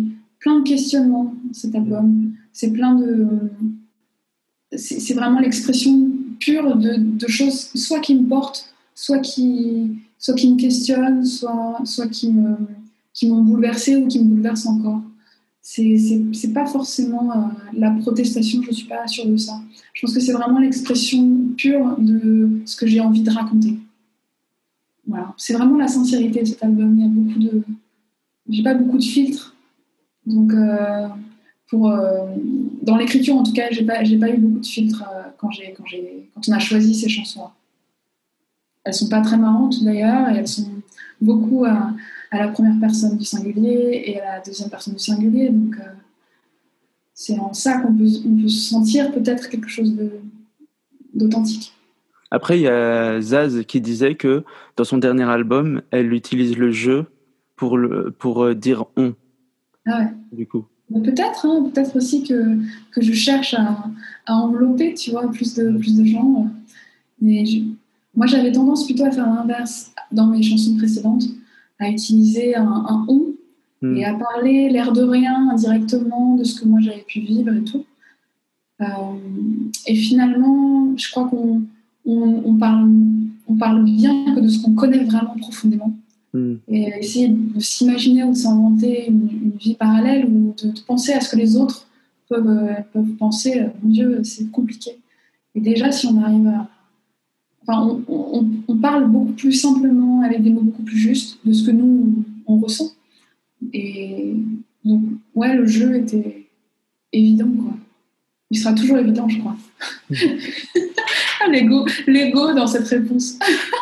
[SPEAKER 2] plein de questionnements, cet album. C'est plein de... C'est, c'est vraiment l'expression pure de, de choses, soit qui me portent, soit qui, soit qui me questionnent, soit, soit qui, me, qui m'ont bouleversée ou qui me bouleversent encore. C'est, c'est, c'est pas forcément euh, la protestation, je suis pas sûre de ça. Je pense que c'est vraiment l'expression pure de ce que j'ai envie de raconter. Voilà. C'est vraiment la sincérité de cet album. Il y a beaucoup de... J'ai pas beaucoup de filtres. Donc, euh, pour, euh, dans l'écriture, en tout cas, j'ai pas, j'ai pas eu beaucoup de filtres euh, quand, j'ai, quand, j'ai, quand on a choisi ces chansons-là. Elles sont pas très marrantes, d'ailleurs, et elles sont beaucoup à, à la première personne du singulier et à la deuxième personne du singulier. Donc, euh, c'est en ça qu'on peut, on peut sentir peut-être quelque chose de, d'authentique.
[SPEAKER 1] Après, il y a Zaz qui disait que dans son dernier album, elle utilise le jeu pour, le, pour dire « on
[SPEAKER 2] ah ouais. ».
[SPEAKER 1] Du coup.
[SPEAKER 2] Mais peut-être, hein, peut-être aussi que, que je cherche à, à envelopper, tu vois, plus de, plus de gens. Mais je, moi, j'avais tendance plutôt à faire l'inverse dans mes chansons précédentes, à utiliser un, un « on » mm. et à parler l'air de rien, indirectement, de ce que moi j'avais pu vivre et tout. Euh, et finalement, je crois qu'on on, on, parle, on parle bien que de ce qu'on connaît vraiment profondément. Mm. Et essayer de s'imaginer ou de s'inventer une, une vie parallèle ou de, de penser à ce que les autres peuvent, euh, peuvent penser, euh, mon Dieu, c'est compliqué. Et déjà, si on arrive à... Enfin, on, on, on parle beaucoup plus simplement, avec des mots beaucoup plus justes, de ce que nous, on ressent. Et donc, ouais, le jeu était évident, quoi. Il sera toujours évident, je crois. l'ego, l'ego dans cette réponse.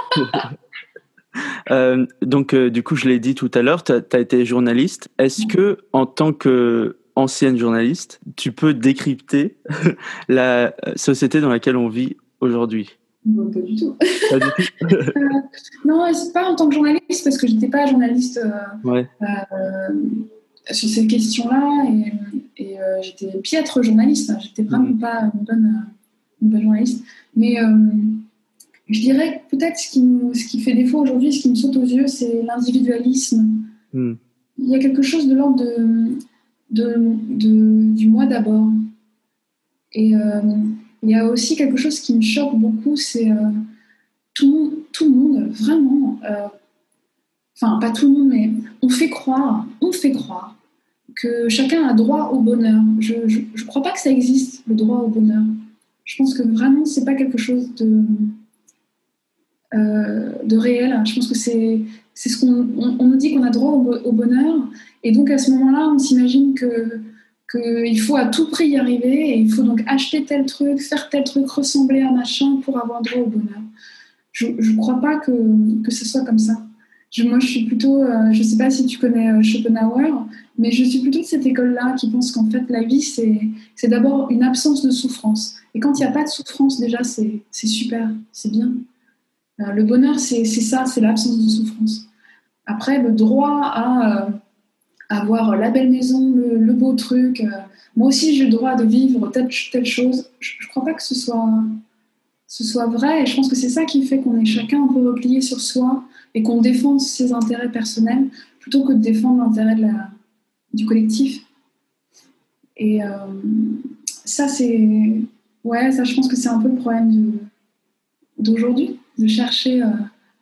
[SPEAKER 1] euh, donc, euh, du coup, je l'ai dit tout à l'heure, tu as été journaliste. Est-ce que, en tant qu'ancienne journaliste, tu peux décrypter la société dans laquelle on vit aujourd'hui ?
[SPEAKER 2] Non, pas du tout.
[SPEAKER 1] Pas du tout.
[SPEAKER 2] euh, non, c'est pas en tant que journaliste, parce que je n'étais pas journaliste euh,
[SPEAKER 1] ouais.
[SPEAKER 2] euh, sur ces questions-là, et, et euh, j'étais piètre journaliste, j'étais vraiment mmh. pas une bonne, une bonne journaliste. Mais euh, je dirais que peut-être ce qui, nous, ce qui fait défaut aujourd'hui, ce qui me saute aux yeux, c'est l'individualisme. Mmh. Il y a quelque chose de l'ordre de, de, de, du moi d'abord. Et... Euh, il y a aussi quelque chose qui me choque beaucoup, c'est euh, tout, tout le monde, vraiment, euh, enfin pas tout le monde, mais on fait croire, on fait croire que chacun a droit au bonheur. Je ne crois pas que ça existe, le droit au bonheur. Je pense que vraiment, ce n'est pas quelque chose de, euh, de réel. Je pense que c'est, c'est ce qu'on on, on nous dit qu'on a droit au, au bonheur, et donc à ce moment-là, on s'imagine que qu'il faut à tout prix y arriver et il faut donc acheter tel truc, faire tel truc, ressembler à machin pour avoir droit au bonheur. Je ne crois pas que, que ce soit comme ça. Je, moi, je suis plutôt... Euh, je ne sais pas si tu connais euh, Schopenhauer, mais je suis plutôt de cette école-là qui pense qu'en fait, la vie, c'est, c'est d'abord une absence de souffrance. Et quand il n'y a pas de souffrance, déjà, c'est, c'est super, c'est bien. Euh, le bonheur, c'est, c'est ça, c'est l'absence de souffrance. Après, le droit à... Euh, avoir la belle maison, le, le beau truc. Euh, moi aussi, j'ai le droit de vivre telle, telle chose. Je ne crois pas que ce soit, ce soit vrai. Et je pense que c'est ça qui fait qu'on est chacun un peu replié sur soi et qu'on défend ses intérêts personnels plutôt que de défendre l'intérêt de la, du collectif. Et euh, ça, c'est... Ouais, ça, je pense que c'est un peu le problème de, d'aujourd'hui, de chercher, euh,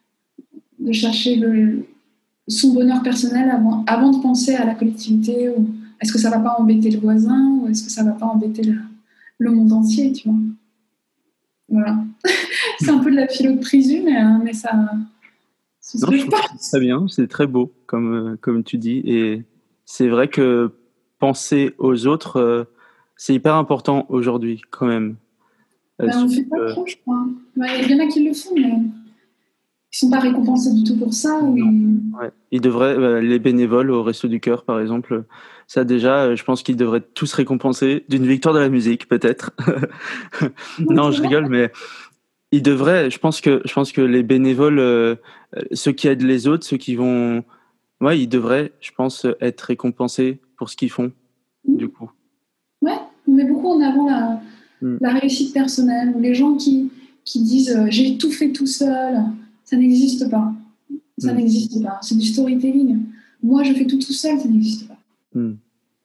[SPEAKER 2] de chercher le... son bonheur personnel avant, avant de penser à la collectivité, ou est-ce que ça ne va pas embêter le voisin, ou est-ce que ça ne va pas embêter le, le monde entier, tu vois. Voilà. C'est un peu de la philo de Prisu, mais, hein, mais ça...
[SPEAKER 1] Non, je trouve que c'est très bien, c'est très beau, comme, euh, comme tu dis, et c'est vrai que penser aux autres, euh, c'est hyper important aujourd'hui, quand même.
[SPEAKER 2] Euh, ben, on ne fait pas trop, je crois. Il ouais, y en a qui le font, mais... Ils ne sont pas récompensés du tout pour ça. Ou ils...
[SPEAKER 1] Ouais. Ils devraient, euh, les bénévoles au Resto du Cœur, par exemple, ça déjà, euh, je pense qu'ils devraient tous récompenser d'une victoire de la musique, peut-être. Non, je rigole, mais ils devraient, je pense que, je pense que les bénévoles, euh, ceux qui aident les autres, ceux qui vont... Ouais, ils devraient, je pense, être récompensés pour ce qu'ils font, mmh. du coup.
[SPEAKER 2] Ouais, on met beaucoup en avant la, mmh. la réussite personnelle, ou les gens qui, qui disent euh, « j'ai tout fait tout seul ». Ça n'existe pas. Ça mmh. n'existe pas. C'est du storytelling. Moi, je fais tout tout seul, ça n'existe pas.
[SPEAKER 1] Mmh.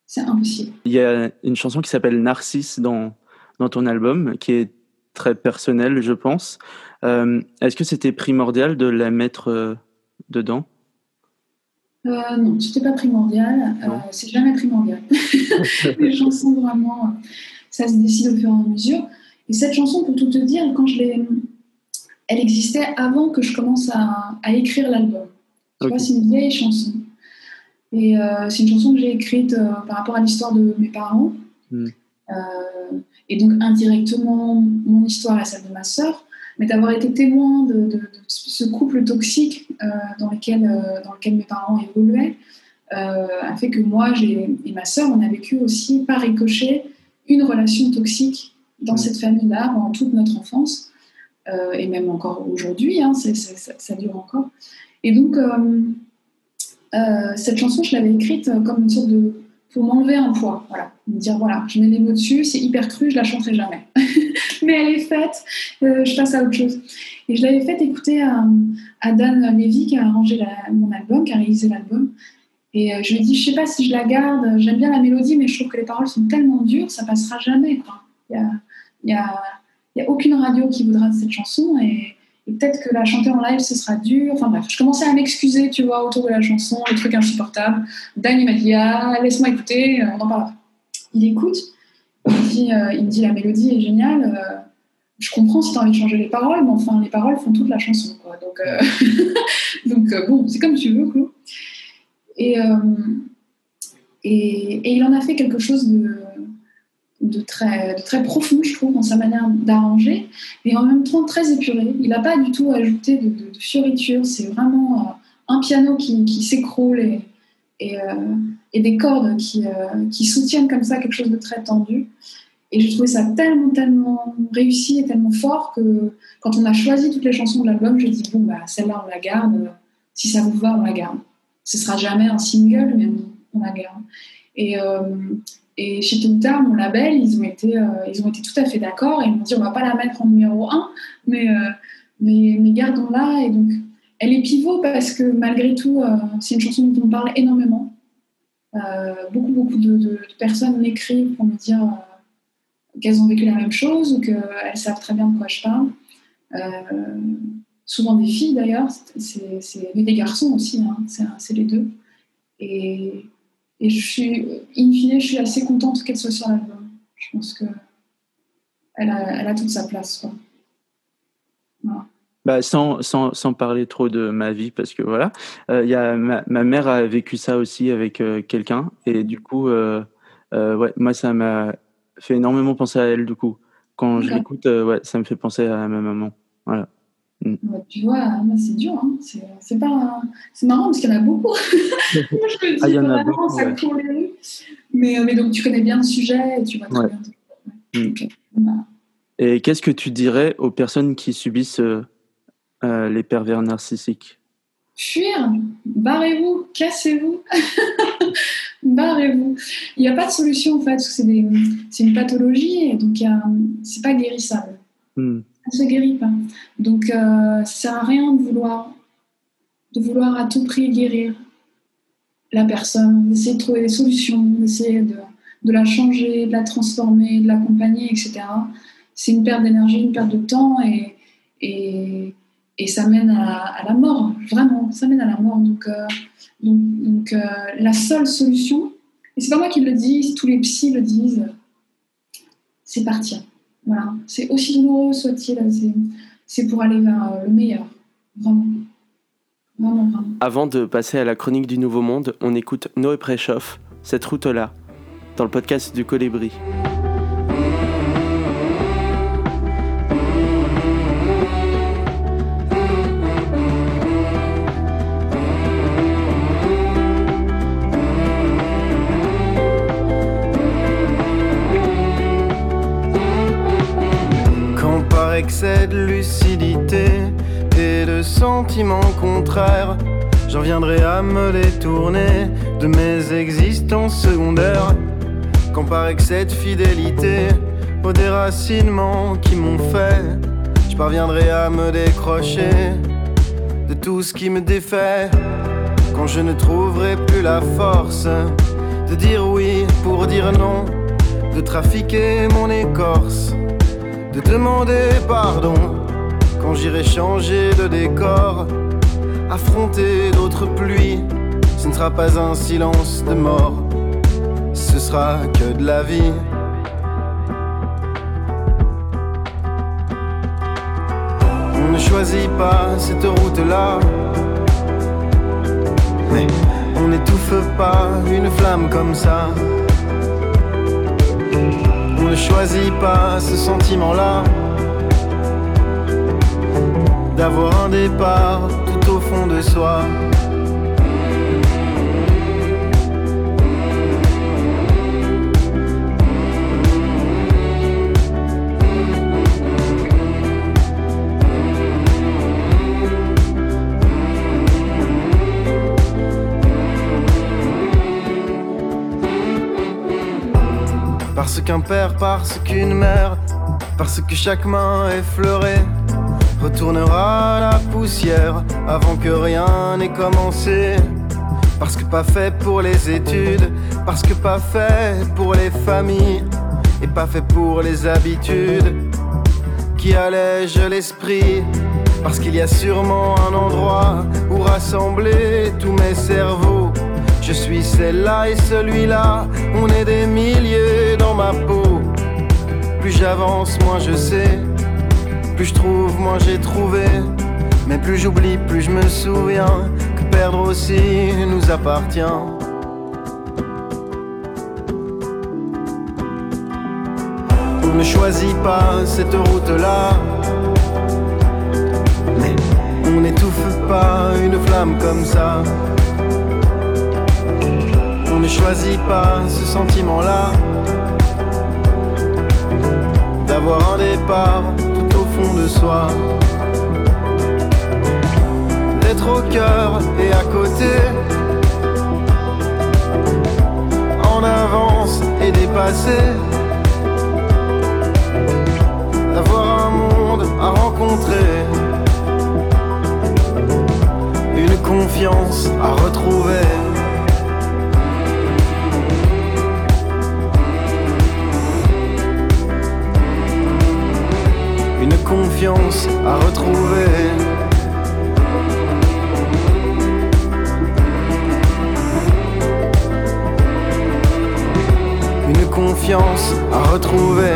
[SPEAKER 2] C'est impossible.
[SPEAKER 1] Il y a une chanson qui s'appelle Narcisse dans, dans ton album, qui est très personnelle, je pense. Euh, est-ce que c'était primordial de la mettre euh, dedans ?
[SPEAKER 2] Euh, non, c'était pas primordial. Euh, c'est jamais primordial. Les chansons, vraiment, ça se décide au fur et à mesure. Et cette chanson, pour tout te dire, quand je l'ai... elle existait avant que je commence à, à écrire l'album. Tu
[SPEAKER 1] Okay.
[SPEAKER 2] vois, c'est une vieille chanson. Et euh, c'est une chanson que j'ai écrite euh, par rapport à l'histoire de mes parents.
[SPEAKER 1] Mm.
[SPEAKER 2] Euh, et donc, indirectement, mon histoire et celle de ma sœur. Mais d'avoir été témoin de, de, de ce couple toxique euh, dans, lequel, euh, dans lequel mes parents évoluaient euh, a fait que moi j'ai, et ma sœur, on a vécu aussi par ricochet une relation toxique dans mmh. cette famille-là pendant toute notre enfance euh, et même encore aujourd'hui, hein, c'est, c'est, ça, ça dure encore. Et donc euh, euh, cette chanson, je l'avais écrite comme une sorte de... pour m'enlever un poids, voilà. Me dire voilà, je mets les mots dessus, c'est hyper cru, je la chanterai jamais. Mais elle est faite, euh, je passe à autre chose. Et je l'avais fait écouter à, à Dan Levy qui a arrangé la, mon album, qui a réalisé l'album. Et euh, je lui ai dit, je sais pas si je la garde, j'aime bien la mélodie, mais je trouve que les paroles sont tellement dures, ça passera jamais, quoi. Il y a, il y a, il y a aucune radio qui voudra de cette chanson, et, et peut-être que la chanter en live, ce sera dur. Enfin bref, je commençais à m'excuser, tu vois, autour de la chanson, les trucs insupportables. Dan, il m'a dit, ah, laisse-moi écouter, on en parlera. Il écoute, il me dit, euh, il me dit la mélodie est géniale, euh, je comprends si tu as envie de changer les paroles, mais enfin, les paroles font toute la chanson, quoi. Donc, euh, donc euh, bon, c'est comme tu veux, quoi. Et, euh, et, et il en a fait quelque chose de, de, très, de très profond, je trouve, dans sa manière d'arranger, mais en même temps très épuré. Il n'a pas du tout ajouté de, de, de fioritures, c'est vraiment euh, un piano qui, qui s'écroule et, et, euh, et des cordes qui, euh, qui soutiennent comme ça quelque chose de très tendu. Et j'ai trouvé ça tellement, tellement réussi et tellement fort que quand on a choisi toutes les chansons de l'album, je dis bon, bah, celle-là, on la garde. Si ça vous va, on la garde. Ce sera jamais un single, mais on, on la garde. Et, euh, et chez Tôt ou Tard, mon label, ils ont, été, euh, ils ont été tout à fait d'accord. Et ils m'ont dit on va pas la mettre en numéro un, mais, euh, mais, mais gardons-la. Et donc, elle est pivot parce que malgré tout, euh, c'est une chanson dont on parle énormément. Euh, beaucoup, beaucoup de, de, de personnes m'écrivent pour me dire... Euh, qu'elles ont vécu la même chose ou qu'elles savent très bien de quoi je parle. Euh, souvent des filles d'ailleurs, c'est, c'est, mais des garçons aussi, hein, c'est, c'est les deux. Et, et je suis, in fine, je suis assez contente qu'elle soit sur l'album. Je pense qu'elle a, elle a toute sa place, quoi. Voilà.
[SPEAKER 1] Bah, sans, sans, sans parler trop de ma vie, parce que voilà, euh, y a ma, ma mère a vécu ça aussi avec euh, quelqu'un, et du coup, euh, euh, ouais, moi ça m'a fait énormément penser à elle, du coup. Quand okay. je l'écoute, euh, ouais, ça me fait penser à ma maman. Voilà. Mm.
[SPEAKER 2] Ouais, tu vois, c'est dur, hein. c'est, c'est, pas un... c'est marrant parce qu'il y en a beaucoup. Moi, je me dis, ah, il y en a vraiment, beaucoup, ça ouais. court les rues. Mais, mais donc, tu connais bien le sujet et tu vois très ouais. bien. Ouais.
[SPEAKER 1] Mm. Okay. Voilà. Et qu'est-ce que tu dirais aux personnes qui subissent euh, euh, les pervers narcissiques ?
[SPEAKER 2] Fuir, barrez-vous, cassez-vous, barrez-vous. Il n'y a pas de solution en fait, parce que c'est, des, c'est une pathologie et donc y a, c'est pas guérissable. Mm. Ça ne se guérit pas. Donc euh, ça ne sert à rien de vouloir, de vouloir à tout prix guérir la personne, d'essayer de trouver des solutions, d'essayer de, de la changer, de la transformer, de l'accompagner, et cetera. C'est une perte d'énergie, une perte de temps et, et Et ça mène à, à la mort, vraiment, ça mène à la mort. Donc, euh, donc, donc euh, la seule solution, et c'est pas moi qui le dis, tous les psys le disent, c'est partir. Voilà. C'est aussi douloureux soit-il, c'est, c'est pour aller vers le meilleur, vraiment. Vraiment, vraiment.
[SPEAKER 1] Avant de passer à la chronique du Nouveau Monde, on écoute Noé Préchoff, Cette route-là, dans le podcast du Colibri.
[SPEAKER 6] Excès de lucidité et de sentiments contraires, j'en viendrai à me détourner de mes existences secondaires. Quand par excès de fidélité aux déracinements qui m'ont fait, je parviendrai à me décrocher de tout ce qui me défait. Quand je ne trouverai plus la force de dire oui pour dire non, de trafiquer mon écorce, de demander pardon quand j'irai changer de décor, affronter d'autres pluies. Ce ne sera pas un silence de mort, ce sera que de la vie. On ne choisit pas cette route-là, mais on n'étouffe pas une flamme comme ça. On ne choisit pas ce sentiment-là, d'avoir un départ tout au fond de soi. Parce qu'un père, parce qu'une mère, parce que chaque main effleurée retournera à la poussière avant que rien n'ait commencé. Parce que pas fait pour les études, parce que pas fait pour les familles, et pas fait pour les habitudes qui allègent l'esprit. Parce qu'il y a sûrement un endroit où rassembler tous mes cerveaux. Je suis celle-là et celui-là, on est des milliers dans ma peau. Plus j'avance, moins je sais, plus je trouve, moins j'ai trouvé. Mais plus j'oublie, plus je me souviens que perdre aussi nous appartient. On ne choisit pas cette route-là, mais on n'étouffe pas une flamme comme ça. On ne choisit pas ce sentiment-là, d'avoir un départ tout au fond de soi. D'être au cœur et à côté, en avance et dépassé, d'avoir un monde à rencontrer, une confiance à retrouver. Une confiance à retrouver. Une confiance à retrouver.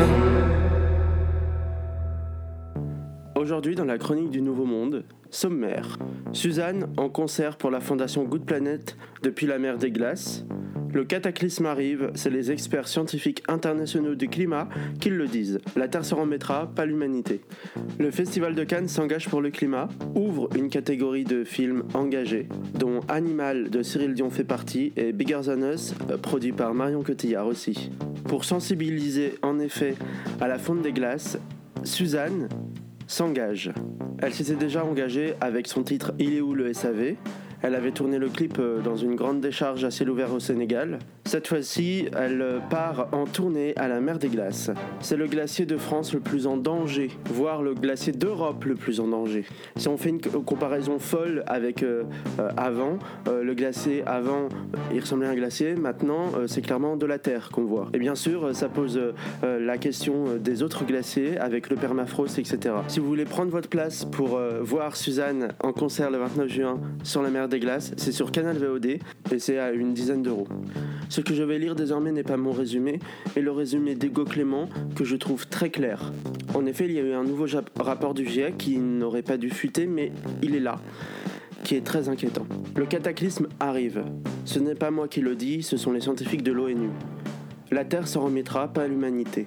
[SPEAKER 1] Aujourd'hui, dans la chronique du Nouveau Monde, sommaire. Suzanne en concert pour la fondation Good Planet depuis la mer des Glaces. Le cataclysme arrive, c'est les experts scientifiques internationaux du climat qui le disent. La Terre se remettra, pas l'humanité. Le Festival de Cannes s'engage pour le climat, ouvre une catégorie de films engagés, dont Animal de Cyril Dion fait partie et Bigger Than Us, produit par Marion Cotillard aussi. Pour sensibiliser en effet à la fonte des glaces, Suzanne s'engage. Elle s'était déjà engagée avec son titre « Il est où le S A V ?» Elle avait tourné le clip dans une grande décharge à ciel ouvert au Sénégal. Cette fois-ci, elle part en tournée à la mer des Glaces. C'est le glacier de France le plus en danger, voire le glacier d'Europe le plus en danger. Si on fait une comparaison folle avec euh, euh, avant, euh, le glacier avant, il ressemblait à un glacier, maintenant euh, c'est clairement de la terre qu'on voit. Et bien sûr, ça pose euh, la question des autres glaciers avec le permafrost, et cetera. Si vous voulez prendre votre place pour euh, voir Suzanne en concert le vingt-neuf juin sur la mer des Glaces, c'est sur Canal V O D et c'est à une dizaine d'euros. Ce que je vais lire désormais n'est pas mon résumé, mais le résumé d'Hugo Clément que je trouve très clair. En effet, il y a eu un nouveau ja- rapport du GIEC qui n'aurait pas dû fuiter, mais il est là, qui est très inquiétant. Le cataclysme arrive. Ce n'est pas moi qui le dis, ce sont les scientifiques de l'ONU. La Terre s'en remettra, pas l'humanité.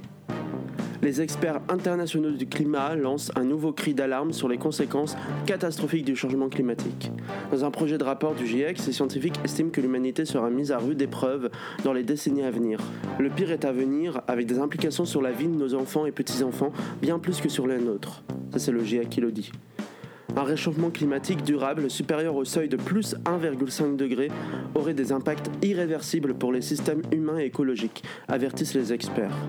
[SPEAKER 1] Les experts internationaux du climat lancent un nouveau cri d'alarme sur les conséquences catastrophiques du changement climatique. Dans un projet de rapport du GIEC, ces scientifiques estiment que l'humanité sera mise à rude épreuve dans les décennies à venir. Le pire est à venir, avec des implications sur la vie de nos enfants et petits-enfants, bien plus que sur les nôtres. Ça, c'est le GIEC qui le dit. Un réchauffement climatique durable supérieur au seuil de plus un virgule cinq degré aurait des impacts irréversibles pour les systèmes humains et écologiques, avertissent les experts.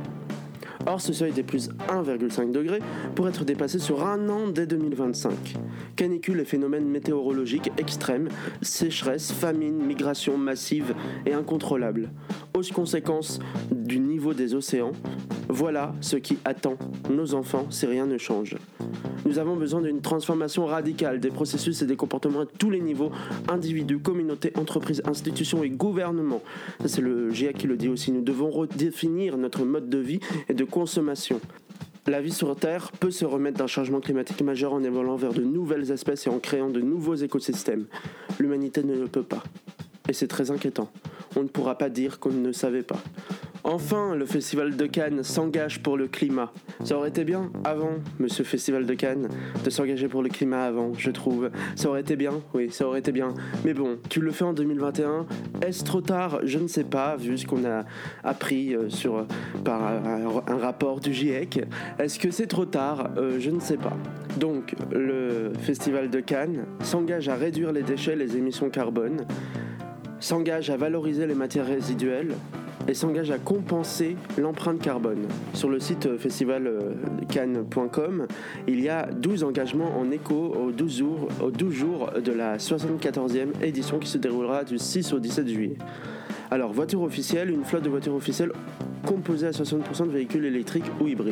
[SPEAKER 1] Or, ce seuil des plus un virgule cinq degré pourrait être dépassé sur un an dès deux mille vingt-cinq. Canicules et phénomènes météorologiques extrêmes, sécheresse, famine, migration massive et incontrôlable. aux conséquences du niveau des océans. Voilà ce qui attend nos enfants si rien ne change. Nous avons besoin d'une transformation radicale des processus et des comportements à tous les niveaux, individus, communautés, entreprises, institutions et gouvernements. Ça, c'est le G I E C qui le dit aussi. Nous devons redéfinir notre mode de vie et de consommation. La vie sur Terre peut se remettre d'un changement climatique majeur en évoluant vers de nouvelles espèces et en créant de nouveaux écosystèmes. L'humanité ne le peut pas. Et c'est très inquiétant. On ne pourra pas dire qu'on ne savait pas. Enfin, le Festival de Cannes s'engage pour le climat. Ça aurait été bien avant, monsieur Festival de Cannes, de s'engager pour le climat avant, je trouve. Ça aurait été bien, oui, ça aurait été bien. Mais bon, tu le fais en deux mille vingt et un. Est-ce trop tard ? Je ne sais pas, vu ce qu'on a appris euh, sur, par un, un rapport du G I E C. Est-ce que c'est trop tard ? euh, Je ne sais pas. Donc, le Festival de Cannes s'engage à réduire les déchets, les émissions carbone, s'engage à valoriser les matières résiduelles, et s'engage à compenser l'empreinte carbone. Sur le site festival cannes point com, il y a douze engagements en écho aux douze jours, aux douze jours de la soixante-quatorzième édition qui se déroulera du six au dix-sept juillet. Alors, voiture officielle, une flotte de voitures officielles composée à soixante pour cent de véhicules électriques ou hybrides.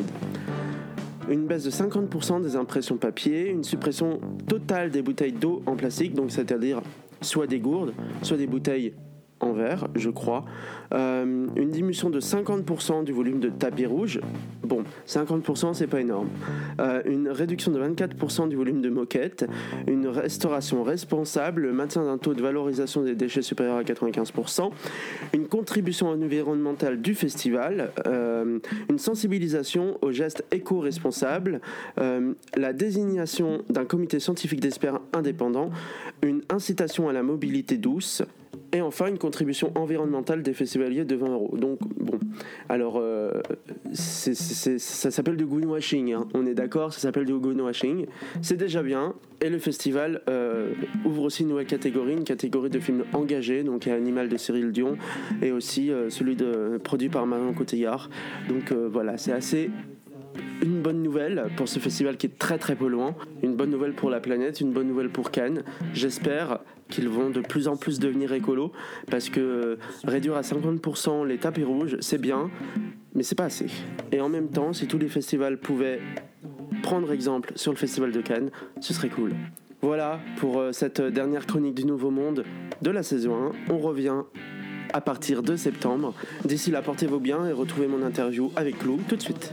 [SPEAKER 1] Une baisse de cinquante pour cent des impressions papier, une suppression totale des bouteilles d'eau en plastique, donc c'est-à-dire soit des gourdes, soit des bouteilles en verre, je crois. Euh, une diminution de cinquante pour cent du volume de tapis rouge. Bon, cinquante pour cent, c'est pas énorme. Euh, une réduction de vingt-quatre pour cent du volume de moquettes. Une restauration responsable. Le maintien d'un taux de valorisation des déchets supérieur à quatre-vingt-quinze pour cent. Une contribution environnementale du festival. Euh, une sensibilisation aux gestes éco-responsables. Euh, la désignation d'un comité scientifique d'experts indépendants. Une incitation à la mobilité douce. Et enfin, une contribution environnementale des festivaliers de vingt euros. Donc, bon, alors, euh, c'est, c'est, ça s'appelle du greenwashing, hein. On est d'accord, ça s'appelle du greenwashing. C'est déjà bien. Et le festival euh, ouvre aussi une nouvelle catégorie, une catégorie de films engagés. Donc, il y a Animal de Cyril Dion et aussi euh, celui de, produit par Marion Cotillard. Donc, euh, voilà, c'est assez... une bonne nouvelle pour ce festival qui est très très polluant, une bonne nouvelle pour la planète, une bonne nouvelle pour Cannes. J'espère qu'ils vont de plus en plus devenir écolos, parce que réduire à cinquante pour cent les tapis rouges, c'est bien, mais c'est pas assez. Et en même temps, si tous les festivals pouvaient prendre exemple sur le festival de Cannes, ce serait cool. Voilà pour cette dernière chronique du Nouveau Monde de la saison un. On revient à partir de septembre. D'ici là, portez-vous bien et retrouvez mon interview avec Lou tout de suite.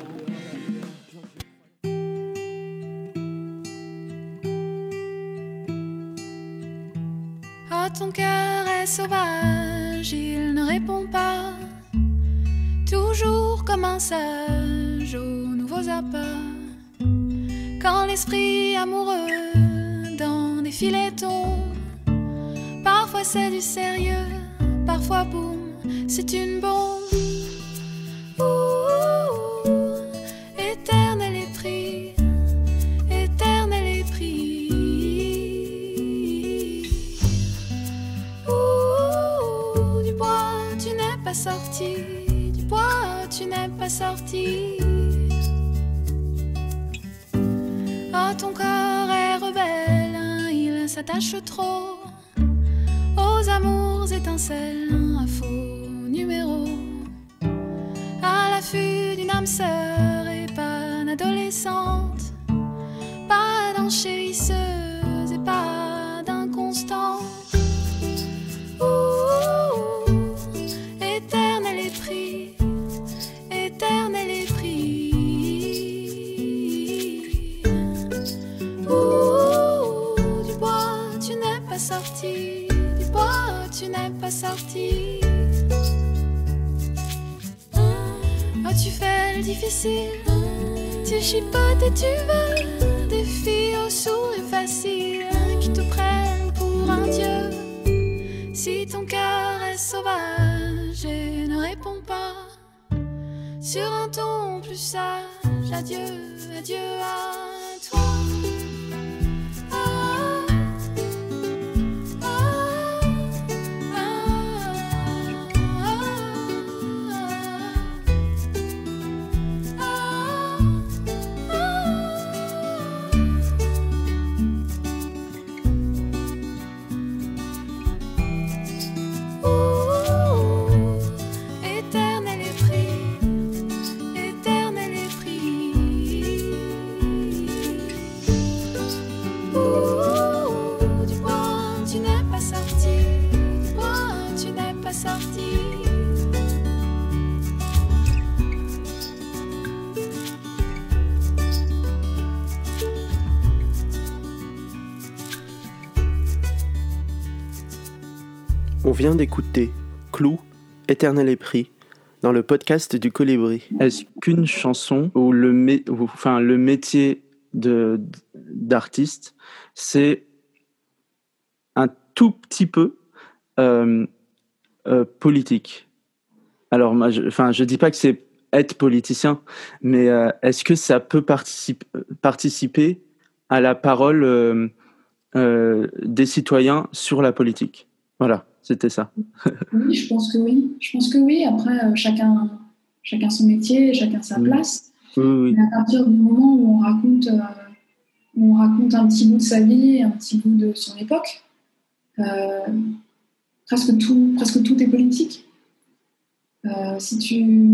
[SPEAKER 3] Oh, ton cœur est sauvage, il ne répond pas. Toujours comme un sage aux nouveaux appâts. Quand l'esprit amoureux dans des filets tombe, parfois c'est du sérieux, parfois boum, c'est une bombe. Ouh, éternel est pris, éternel est pris. Ouh, du bois tu n'es pas sorti, du bois tu n'es pas sorti. Oh, ton corps est rebelle, hein, il s'attache trop aux amours étincelles, un faux numéro. À l'affût d'une âme sœur et pas d'adolescente, pas d'enchérisseuse et pas d'inconstante. Ouh, éternel est pris, éternel est pris. Ouh, du bois tu n'es pas sorti, du bois tu n'es pas sorti. Oh, tu fais le difficile, tu chipotes et tu veux des filles au sourire facile qui te prennent pour un dieu. Si ton cœur est sauvage et ne répond pas sur un ton plus sage, adieu, adieu à toi.
[SPEAKER 1] On vient d'écouter Clou, Éternel et Pris dans le podcast du Colibri. Est-ce qu'une chanson ou le, mé- ou, enfin, le métier de, d'artiste, c'est un tout petit peu euh, euh, politique? Alors, moi, je, enfin, je dis pas que c'est être politicien, mais euh, est-ce que ça peut participe, participer à la parole euh, euh, des citoyens sur la politique? Voilà, c'était ça.
[SPEAKER 2] Oui, je pense que oui. Je pense que oui. Après, euh, chacun, chacun son métier, chacun sa
[SPEAKER 1] Oui.
[SPEAKER 2] place.
[SPEAKER 1] Oui, oui.
[SPEAKER 2] Mais à partir du moment où on raconte, euh, où on raconte un petit bout de sa vie, un petit bout de son époque, euh, presque tout, presque tout est politique. Euh, si tu,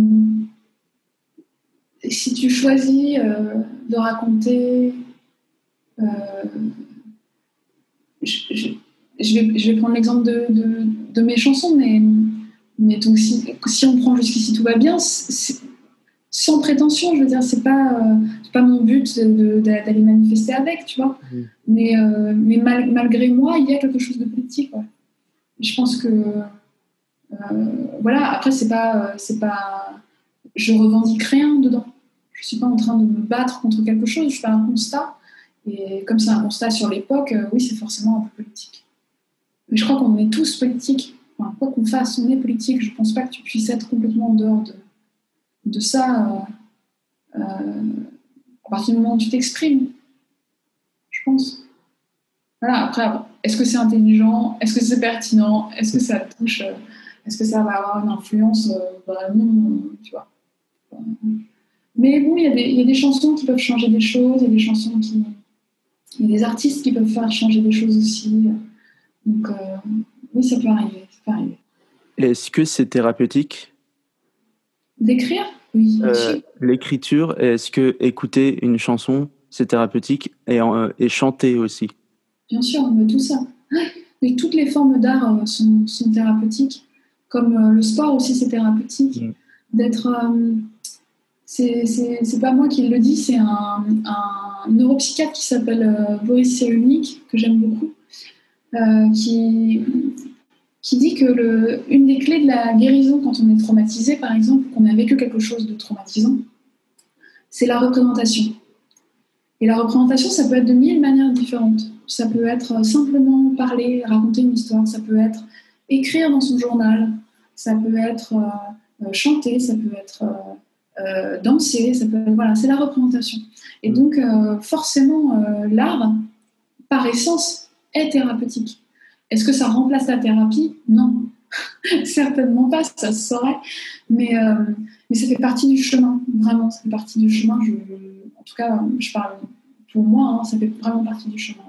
[SPEAKER 2] si tu choisis euh, de raconter, euh, je, je, je, vais, je vais prendre l'exemple de, de, de mes chansons, mais, mais donc si, si on prend Jusqu'ici tout va bien, c'est, c'est, sans prétention, je veux dire, c'est pas, euh, c'est pas mon but de, de, d'aller manifester avec, tu vois. Mmh. Mais, euh, mais mal, malgré moi, il y a quelque chose de politique. Ouais. Je pense que euh, voilà. Après, c'est pas, c'est pas, je revendique rien dedans. Je suis pas en train de me battre contre quelque chose. Je fais un constat. Et comme c'est un constat sur l'époque, euh, oui, c'est forcément un peu politique. Mais je crois qu'on est tous politiques. Enfin, quoi qu'on fasse, on est politique. Je pense pas que tu puisses être complètement en dehors de, de ça. Euh, euh, à partir du moment où tu t'exprimes, je pense. Voilà. Après, est-ce que c'est intelligent? Est-ce que c'est pertinent? Est-ce que ça touche? euh, Est-ce que ça va avoir une influence euh, vraiment, tu vois? Mais bon, il y, y a des chansons qui peuvent changer des choses, il y a des chansons qui... Il y a des artistes qui peuvent faire changer des choses aussi. Donc, euh, oui, ça peut arriver, ça peut arriver.
[SPEAKER 1] Est-ce que c'est thérapeutique?
[SPEAKER 2] D'écrire? Oui.
[SPEAKER 1] Euh, l'écriture, est-ce que écouter une chanson, c'est thérapeutique? Et, euh, et chanter aussi?
[SPEAKER 2] Bien sûr, mais tout ça. Mais toutes les formes d'art euh, sont, sont thérapeutiques. Comme euh, le sport aussi, c'est thérapeutique. Mmh. D'être... Euh, c'est, c'est, c'est pas moi qui le dis, c'est un, un neuropsychiatre qui s'appelle euh, Boris Cyrulnik, que j'aime beaucoup, euh, qui, qui dit que le, une des clés de la guérison quand on est traumatisé, par exemple, qu'on a vécu quelque chose de traumatisant, c'est la représentation. Et la représentation, ça peut être de mille manières différentes. Ça peut être simplement parler, raconter une histoire, ça peut être écrire dans son journal, ça peut être euh, chanter, ça peut être... Euh, Euh, danser, ça peut, voilà, c'est la représentation. Et donc, euh, forcément, euh, l'art, par essence, est thérapeutique. Est-ce que ça remplace la thérapie? Non, certainement pas, ça se saurait. Mais, euh, mais ça fait partie du chemin, vraiment, ça fait partie du chemin. Je, en tout cas, je parle pour moi, hein, ça fait vraiment partie du chemin.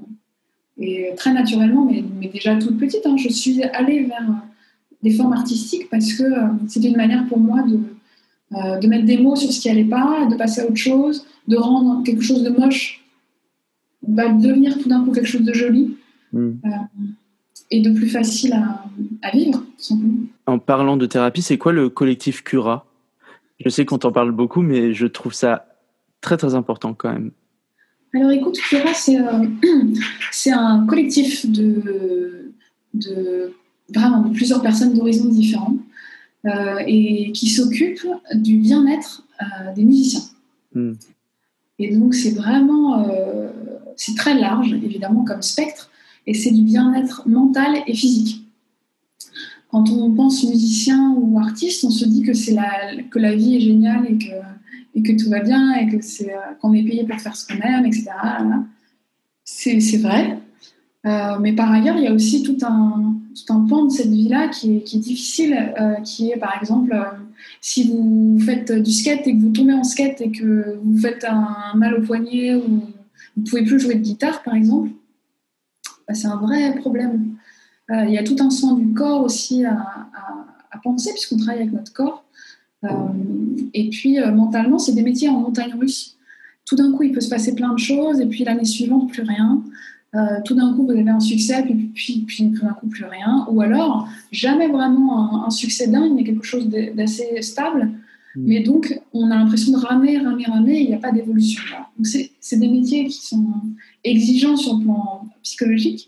[SPEAKER 2] Et très naturellement, mais, mais déjà toute petite, hein, je suis allée vers des formes artistiques parce que euh, c'était une manière pour moi de Euh, de mettre des mots sur ce qui n'allait pas, de passer à autre chose, de rendre quelque chose de moche, bah, devenir tout d'un coup quelque chose de joli mmh. euh, et de plus facile à, à vivre, tout simplement.
[SPEAKER 1] En parlant de thérapie, c'est quoi le collectif Cura? Je sais qu'on t'en parle beaucoup, mais je trouve ça très très important quand même.
[SPEAKER 2] Alors écoute, Cura, c'est, euh, c'est un collectif de, de, vraiment, de plusieurs personnes d'horizons différents. Euh, et qui s'occupe du bien-être euh, des musiciens. Mm. Et donc c'est vraiment, euh, c'est très large évidemment comme spectre, et c'est du bien-être mental et physique. Quand on pense musicien ou artiste, on se dit que c'est la, que la vie est géniale et que, et que tout va bien et que c'est, euh, qu'on est payé pour faire ce qu'on aime, et cetera. C'est, c'est vrai. Euh, mais par ailleurs, il y a aussi tout un, tout un pan de cette vie-là qui est, qui est difficile, euh, qui est par exemple, euh, si vous faites du skate et que vous tombez en skate et que vous faites un mal au poignet ou vous ne pouvez plus jouer de guitare, par exemple, bah, c'est un vrai problème. Euh, il y a tout un soin du corps aussi à, à, à penser, puisqu'on travaille avec notre corps. Euh, et puis, euh, mentalement, c'est des métiers en montagne russe. Tout d'un coup, il peut se passer plein de choses, et puis l'année suivante, plus rien. Euh, tout d'un coup, vous avez un succès, puis, puis, puis tout d'un coup, plus rien. Ou alors, jamais vraiment un, un succès dingue, mais quelque chose d'assez stable. Mmh. Mais donc, on a l'impression de ramer, ramer, ramer, et il n'y a pas d'évolution. Là. Donc, c'est, c'est des métiers qui sont exigeants sur le plan psychologique,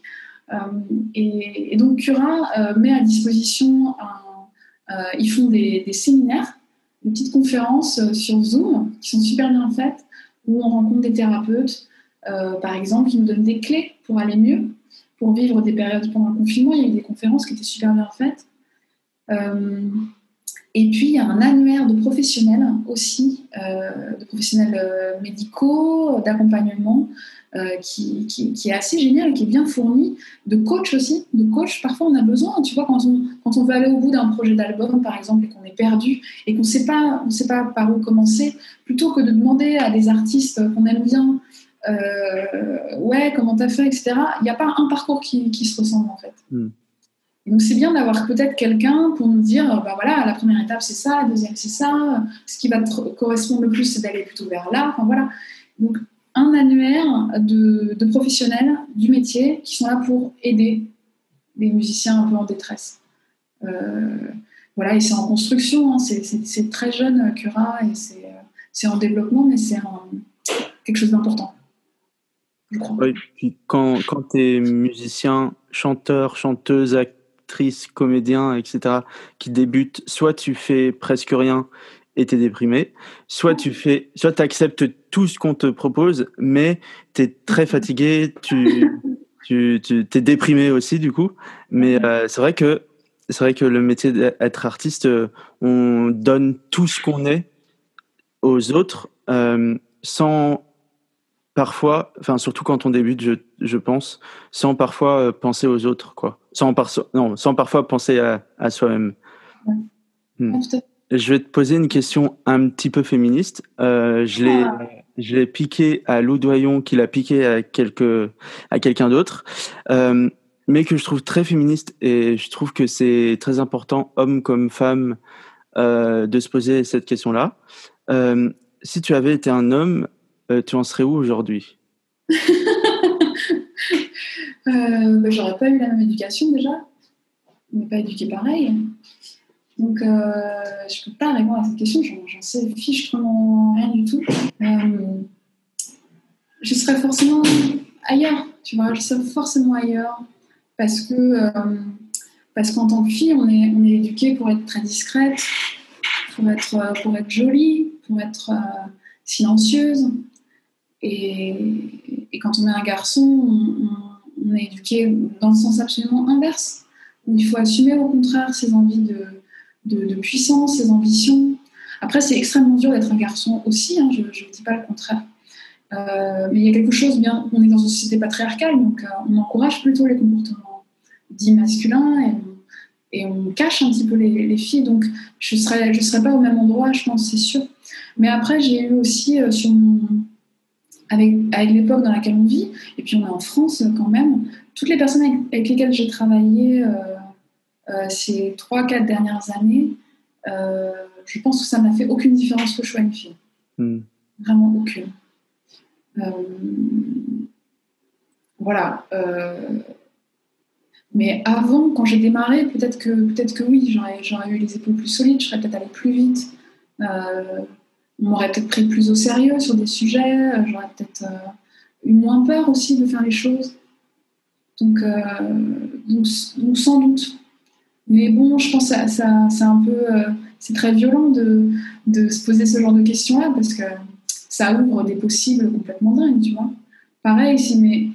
[SPEAKER 2] Euh, et, et donc Cura euh, met à disposition, un, euh, ils font des, des séminaires, des petites conférences euh, sur Zoom qui sont super bien faites, où on rencontre des thérapeutes, euh, par exemple, qui nous donnent des clés pour aller mieux, pour vivre des périodes pendant le confinement. Il y a eu des conférences qui étaient super bien faites. Euh, et puis, il y a un annuaire de professionnels aussi, euh, de professionnels euh, médicaux, d'accompagnement, euh, qui, qui, qui est assez génial, qui est bien fourni, de coach aussi, de coach. Parfois, on a besoin, tu vois, quand on, quand on veut aller au bout d'un projet d'album, par exemple, et qu'on est perdu, et qu'on ne sait pas, on sait pas par où commencer, plutôt que de demander à des artistes qu'on aime bien, euh, ouais, comment t'as fait, et cetera, il n'y a pas un parcours qui, qui se ressemble, en fait. Mm. Donc, c'est bien d'avoir peut-être quelqu'un pour nous dire, bah voilà, la première étape, c'est ça, la deuxième, c'est ça, ce qui va te correspondre le plus, c'est d'aller plutôt vers là, enfin voilà. Donc, un annuaire de, de professionnels du métier qui sont là pour aider les musiciens un peu en détresse. Euh, voilà, et c'est en construction, hein, c'est, c'est, c'est très jeune, Cura, et c'est, c'est en développement, mais c'est un, quelque chose d'important, je crois.
[SPEAKER 1] Oui, puis quand, quand tu es musicien, chanteur, chanteuse, actrice, comédien, et cetera, qui débute, soit tu fais presque rien et t'es déprimé, soit tu fais, soit t'acceptes tout ce qu'on te propose, mais t'es très fatigué, tu, tu, tu t'es déprimé aussi du coup. Mais euh, c'est vrai que c'est vrai que le métier d'être artiste, on donne tout ce qu'on est aux autres, euh, sans parfois, enfin surtout quand on débute, je, je pense, sans parfois euh, penser aux autres, quoi. Sans par, non, sans parfois penser à, à soi-même.
[SPEAKER 2] Ouais.
[SPEAKER 1] Hmm. Je vais te poser une question un petit peu féministe. Euh, je l'ai, ah. je l'ai piqué à Lou Doyon, qui l'a piqué à quelque, à quelqu'un d'autre, euh, mais que je trouve très féministe, et je trouve que c'est très important, homme comme femme, euh, de se poser cette question-là. Euh, si tu avais été un homme, euh, tu en serais où aujourd'hui ?
[SPEAKER 2] euh, bah, j'aurais pas eu la même éducation déjà. On n'est pas éduqué pareil. Donc, euh, je ne peux pas répondre à cette question, j'en, j'en sais fichtrement rien du tout. Euh, je serais forcément ailleurs, tu vois, je serais forcément ailleurs, parce que euh, parce qu'en tant que fille, on est, on est éduquée pour être très discrète, pour être, pour être jolie, pour être euh, silencieuse. Et, et quand on est un garçon, on, on est éduqué dans le sens absolument inverse, où il faut assumer au contraire ses envies de De, de puissance, ses ambitions. Après, c'est extrêmement dur d'être un garçon aussi, hein, je ne dis pas le contraire. Euh, mais il y a quelque chose, bien, on est dans une société patriarcale, donc euh, on encourage plutôt les comportements dits masculins et on, et on cache un petit peu les, les filles, donc je ne serais, je serais pas au même endroit, je pense, c'est sûr. Mais après, j'ai eu aussi, euh, sur mon, avec, avec l'époque dans laquelle on vit, et puis on est en France euh, quand même, toutes les personnes avec, avec lesquelles j'ai travaillé euh, Euh, ces trois, quatre dernières années, euh, je pense que ça n'a fait aucune différence que je sois une fille. Mm. Vraiment aucune. Euh, voilà. Euh, mais avant, quand j'ai démarré, peut-être que, peut-être que oui, j'aurais, j'aurais eu les épaules plus solides, je serais peut-être allée plus vite. Euh, on m'aurait peut-être pris plus au sérieux sur des sujets, j'aurais peut-être euh, eu moins peur aussi de faire les choses. Donc, euh, donc, donc sans doute. Mais bon, je pense que ça, ça, c'est un peu, euh, c'est très violent de, de se poser ce genre de questions-là parce que ça ouvre des possibles complètement dingues, tu vois. Pareil, si mais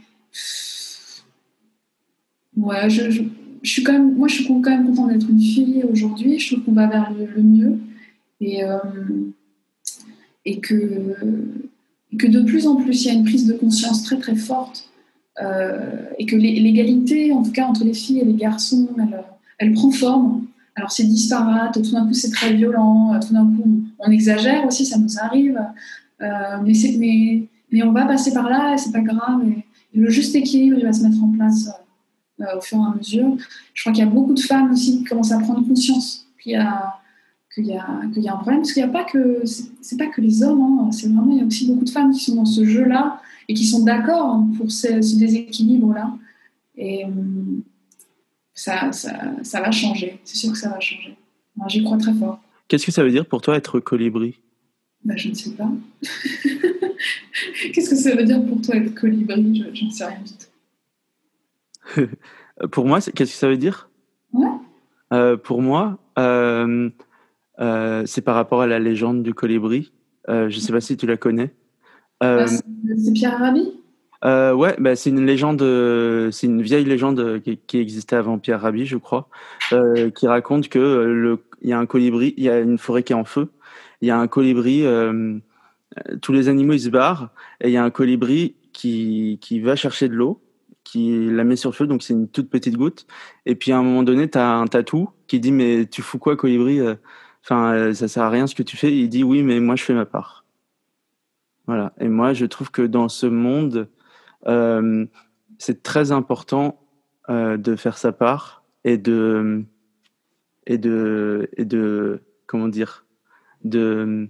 [SPEAKER 2] ouais, je, je, je suis quand même, moi, je suis quand même contente d'être une fille aujourd'hui. Je trouve qu'on va vers le, le mieux et euh, et que et que de plus en plus il y a une prise de conscience très très forte euh, et que l'égalité, en tout cas entre les filles et les garçons, elle, elle prend forme. Alors c'est disparate, tout d'un coup c'est très violent, tout d'un coup on exagère aussi, ça nous arrive, euh, mais, c'est, mais, mais on va passer par là et c'est pas grave. Et, et le juste équilibre il va se mettre en place euh, au fur et à mesure. Je crois qu'il y a beaucoup de femmes aussi qui commencent à prendre conscience qu'il y a, qu'il y a, qu'il y a un problème, parce qu'il y a pas que, c'est, c'est pas que les hommes, hein, c'est vraiment, il y a aussi beaucoup de femmes qui sont dans ce jeu-là et qui sont d'accord pour ce, ce déséquilibre-là. Et Ça, ça, ça va changer, c'est sûr que ça va changer. Moi, j'y crois très fort.
[SPEAKER 1] Qu'est-ce que ça veut dire pour toi être colibri ?
[SPEAKER 2] Ben, je ne sais pas. Qu'est-ce que ça veut dire pour toi être colibri ? je, J'en sais rien du tout.
[SPEAKER 1] Pour moi, c'est... qu'est-ce que ça veut dire?
[SPEAKER 2] Ouais.
[SPEAKER 1] Euh, pour moi, euh, euh, c'est par rapport à la légende du colibri. Euh, je ne sais pas si tu la connais. Euh,
[SPEAKER 2] Ah, c'est, c'est Pierre Rabhi?
[SPEAKER 1] euh, ouais, bah, c'est une légende, euh, c'est une vieille légende qui, qui existait avant Pierre Rabhi, je crois, euh, qui raconte que euh, le, il y a un colibri, il y a une forêt qui est en feu, il y a un colibri, euh, tous les animaux ils se barrent, et il y a un colibri qui, qui va chercher de l'eau, qui la met sur le feu, donc c'est une toute petite goutte. Et puis à un moment donné, tu as un tatou qui dit mais tu fous quoi, colibri? Enfin, euh, ça sert à rien ce que tu fais. Et il dit oui, mais moi je fais ma part. Voilà. Et moi je trouve que dans ce monde, euh, c'est très important euh, de faire sa part et de et de et de comment dire de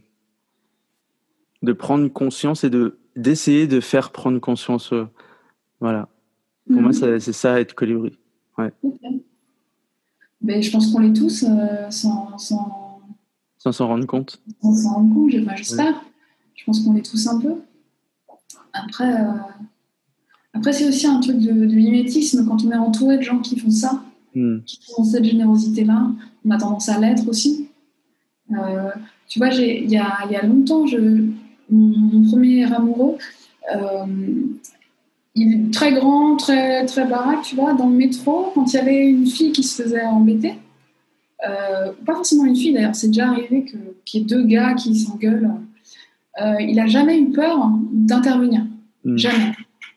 [SPEAKER 1] de prendre conscience et de d'essayer de faire prendre conscience. Euh, voilà. Pour
[SPEAKER 2] Mhm.
[SPEAKER 1] moi, ça, c'est ça être colibri. Ouais.
[SPEAKER 2] Okay. Ben, je pense qu'on l'est tous euh, sans, sans,
[SPEAKER 1] Sans s'en rendre compte.
[SPEAKER 2] sans s'en rendre compte, enfin, j'espère. Ouais. Je pense qu'on l'est tous un peu. Après, euh, après c'est aussi un truc de, de mimétisme. Quand on est entouré de gens qui font ça, mm. qui font cette générosité-là, on a tendance à l'être aussi. Euh, tu vois, il y a, y a longtemps, je, mon, mon premier amoureux, euh, il est très grand, très, très baraque, tu vois, dans le métro, quand il y avait une fille qui se faisait embêter, euh, pas forcément une fille d'ailleurs, c'est déjà arrivé que, qu'il y ait deux gars qui s'engueulent, euh, il n'a jamais eu peur d'intervenir, mmh. jamais.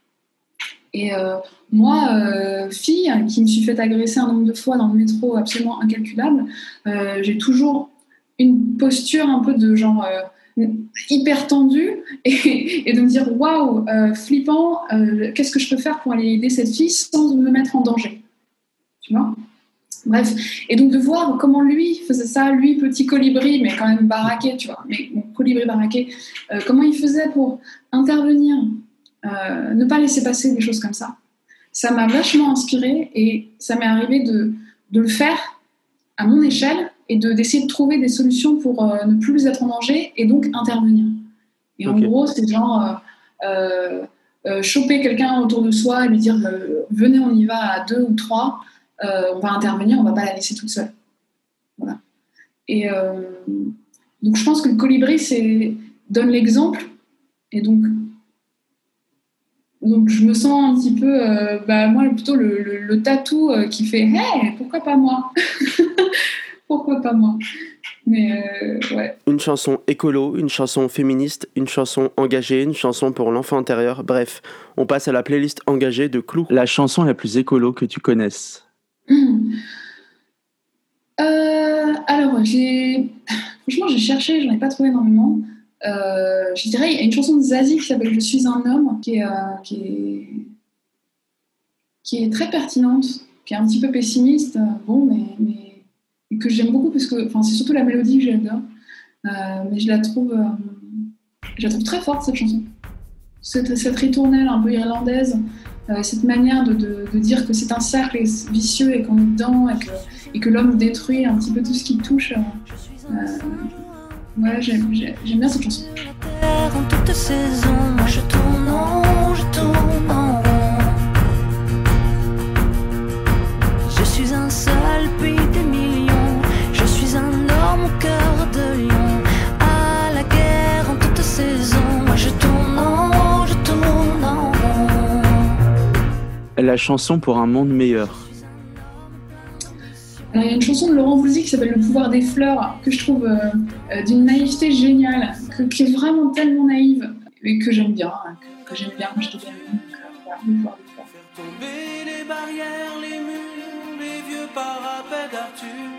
[SPEAKER 2] Et euh, moi, euh, fille, qui me suis fait agresser un nombre de fois dans le métro absolument incalculable, euh, j'ai toujours une posture un peu de genre... Euh, hyper tendue et, et de me dire waouh, euh, flippant, euh, qu'est-ce que je peux faire pour aller aider cette fille sans me mettre en danger, tu vois. Bref, et donc de voir comment lui faisait ça, lui petit colibri mais quand même baraqué, tu vois, mais bon, colibri baraqué, euh, comment il faisait pour intervenir, euh, ne pas laisser passer des choses comme ça, ça m'a vachement inspirée et ça m'est arrivé de, de le faire à mon échelle et de, d'essayer de trouver des solutions pour euh, ne plus être en danger et donc intervenir. Et okay. En gros, c'est genre euh, euh, choper quelqu'un autour de soi et lui dire euh, venez, on y va à deux ou trois, euh, on va intervenir, on ne va pas la laisser toute seule. Voilà. Et euh, donc je pense que le colibri c'est, donne l'exemple et donc, donc je me sens un petit peu, euh, bah, moi plutôt le, le, le tatou euh, qui fait hey, pourquoi pas moi. Pourquoi pas moi? Mais euh, ouais.
[SPEAKER 1] Une chanson écolo, une chanson féministe, une chanson engagée, une chanson pour l'enfant intérieur. Bref, on passe à la playlist engagée de Clou. La chanson la plus écolo que tu connaisses?
[SPEAKER 2] Mmh. Euh, alors, j'ai... franchement, j'ai cherché, j'en ai pas trouvé énormément. Euh, je dirais, il y a une chanson de Zazie qui s'appelle Je suis un homme, qui est, euh, qui est, qui est très pertinente, qui est un petit peu pessimiste, bon, mais... mais... et que j'aime beaucoup parce que enfin, c'est surtout la mélodie que j'adore, euh, mais je la trouve euh, je la trouve très forte cette chanson, cette, cette ritournelle un peu irlandaise, euh, cette manière de, de, de dire que c'est un cercle vicieux et qu'on est dedans et que, et que l'homme détruit un petit peu tout ce qui touche. Euh, ouais, j'aime, j'aime, j'aime bien cette chanson.
[SPEAKER 3] En toute saison, moi je tourne en, je tourne en rond. Je suis un seul puis des millions. Je suis un homme au cœur de lion. À la guerre en toute saison. Moi je tourne en, je tourne en rond.
[SPEAKER 1] La chanson pour un monde meilleur.
[SPEAKER 2] Alors, il y a une chanson de Laurent Voulzy qui s'appelle Le pouvoir des fleurs, que je trouve euh, euh, d'une naïveté géniale, que, qui est vraiment tellement naïve, et que j'aime bien, hein, que, que j'aime bien quand j'étais gamine. Donc, euh, voilà, Le pouvoir des fleurs.
[SPEAKER 7] Faire tomber les barrières, les murs, les vieux parapets d'Arthur.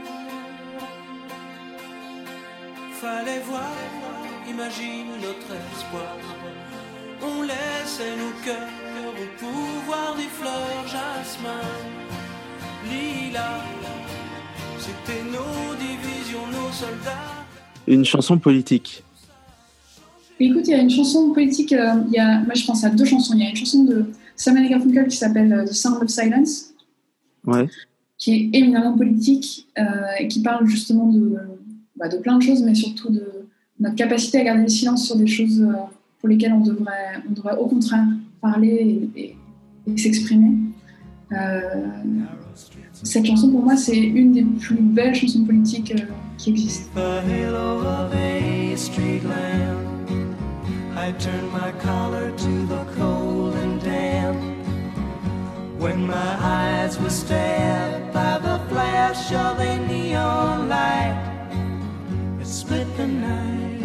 [SPEAKER 7] Fallait voir, imagine notre espoir. On laissait nos cœurs au pouvoir des fleurs, jasmin, lilas. C'était nos divisions, nos soldats.
[SPEAKER 1] Une chanson politique.
[SPEAKER 2] Écoute, il y a une chanson politique, euh, il y a, moi je pense à deux chansons. Il y a une chanson de Simon et Garfunkel qui s'appelle euh, The Sound of Silence,
[SPEAKER 1] ouais.
[SPEAKER 2] qui est éminemment politique euh, et qui parle justement de, bah, de plein de choses, mais surtout de notre capacité à garder le silence sur des choses euh, pour lesquelles on devrait, on devrait au contraire parler et, et, et s'exprimer. Euh, cette chanson, pour moi, c'est une des plus belles chansons politiques euh, qui existent.
[SPEAKER 7] The halo of a street lamp, I turned my collar to the cold and damp. When my eyes were stabbed by the flash of a neon light, it split the night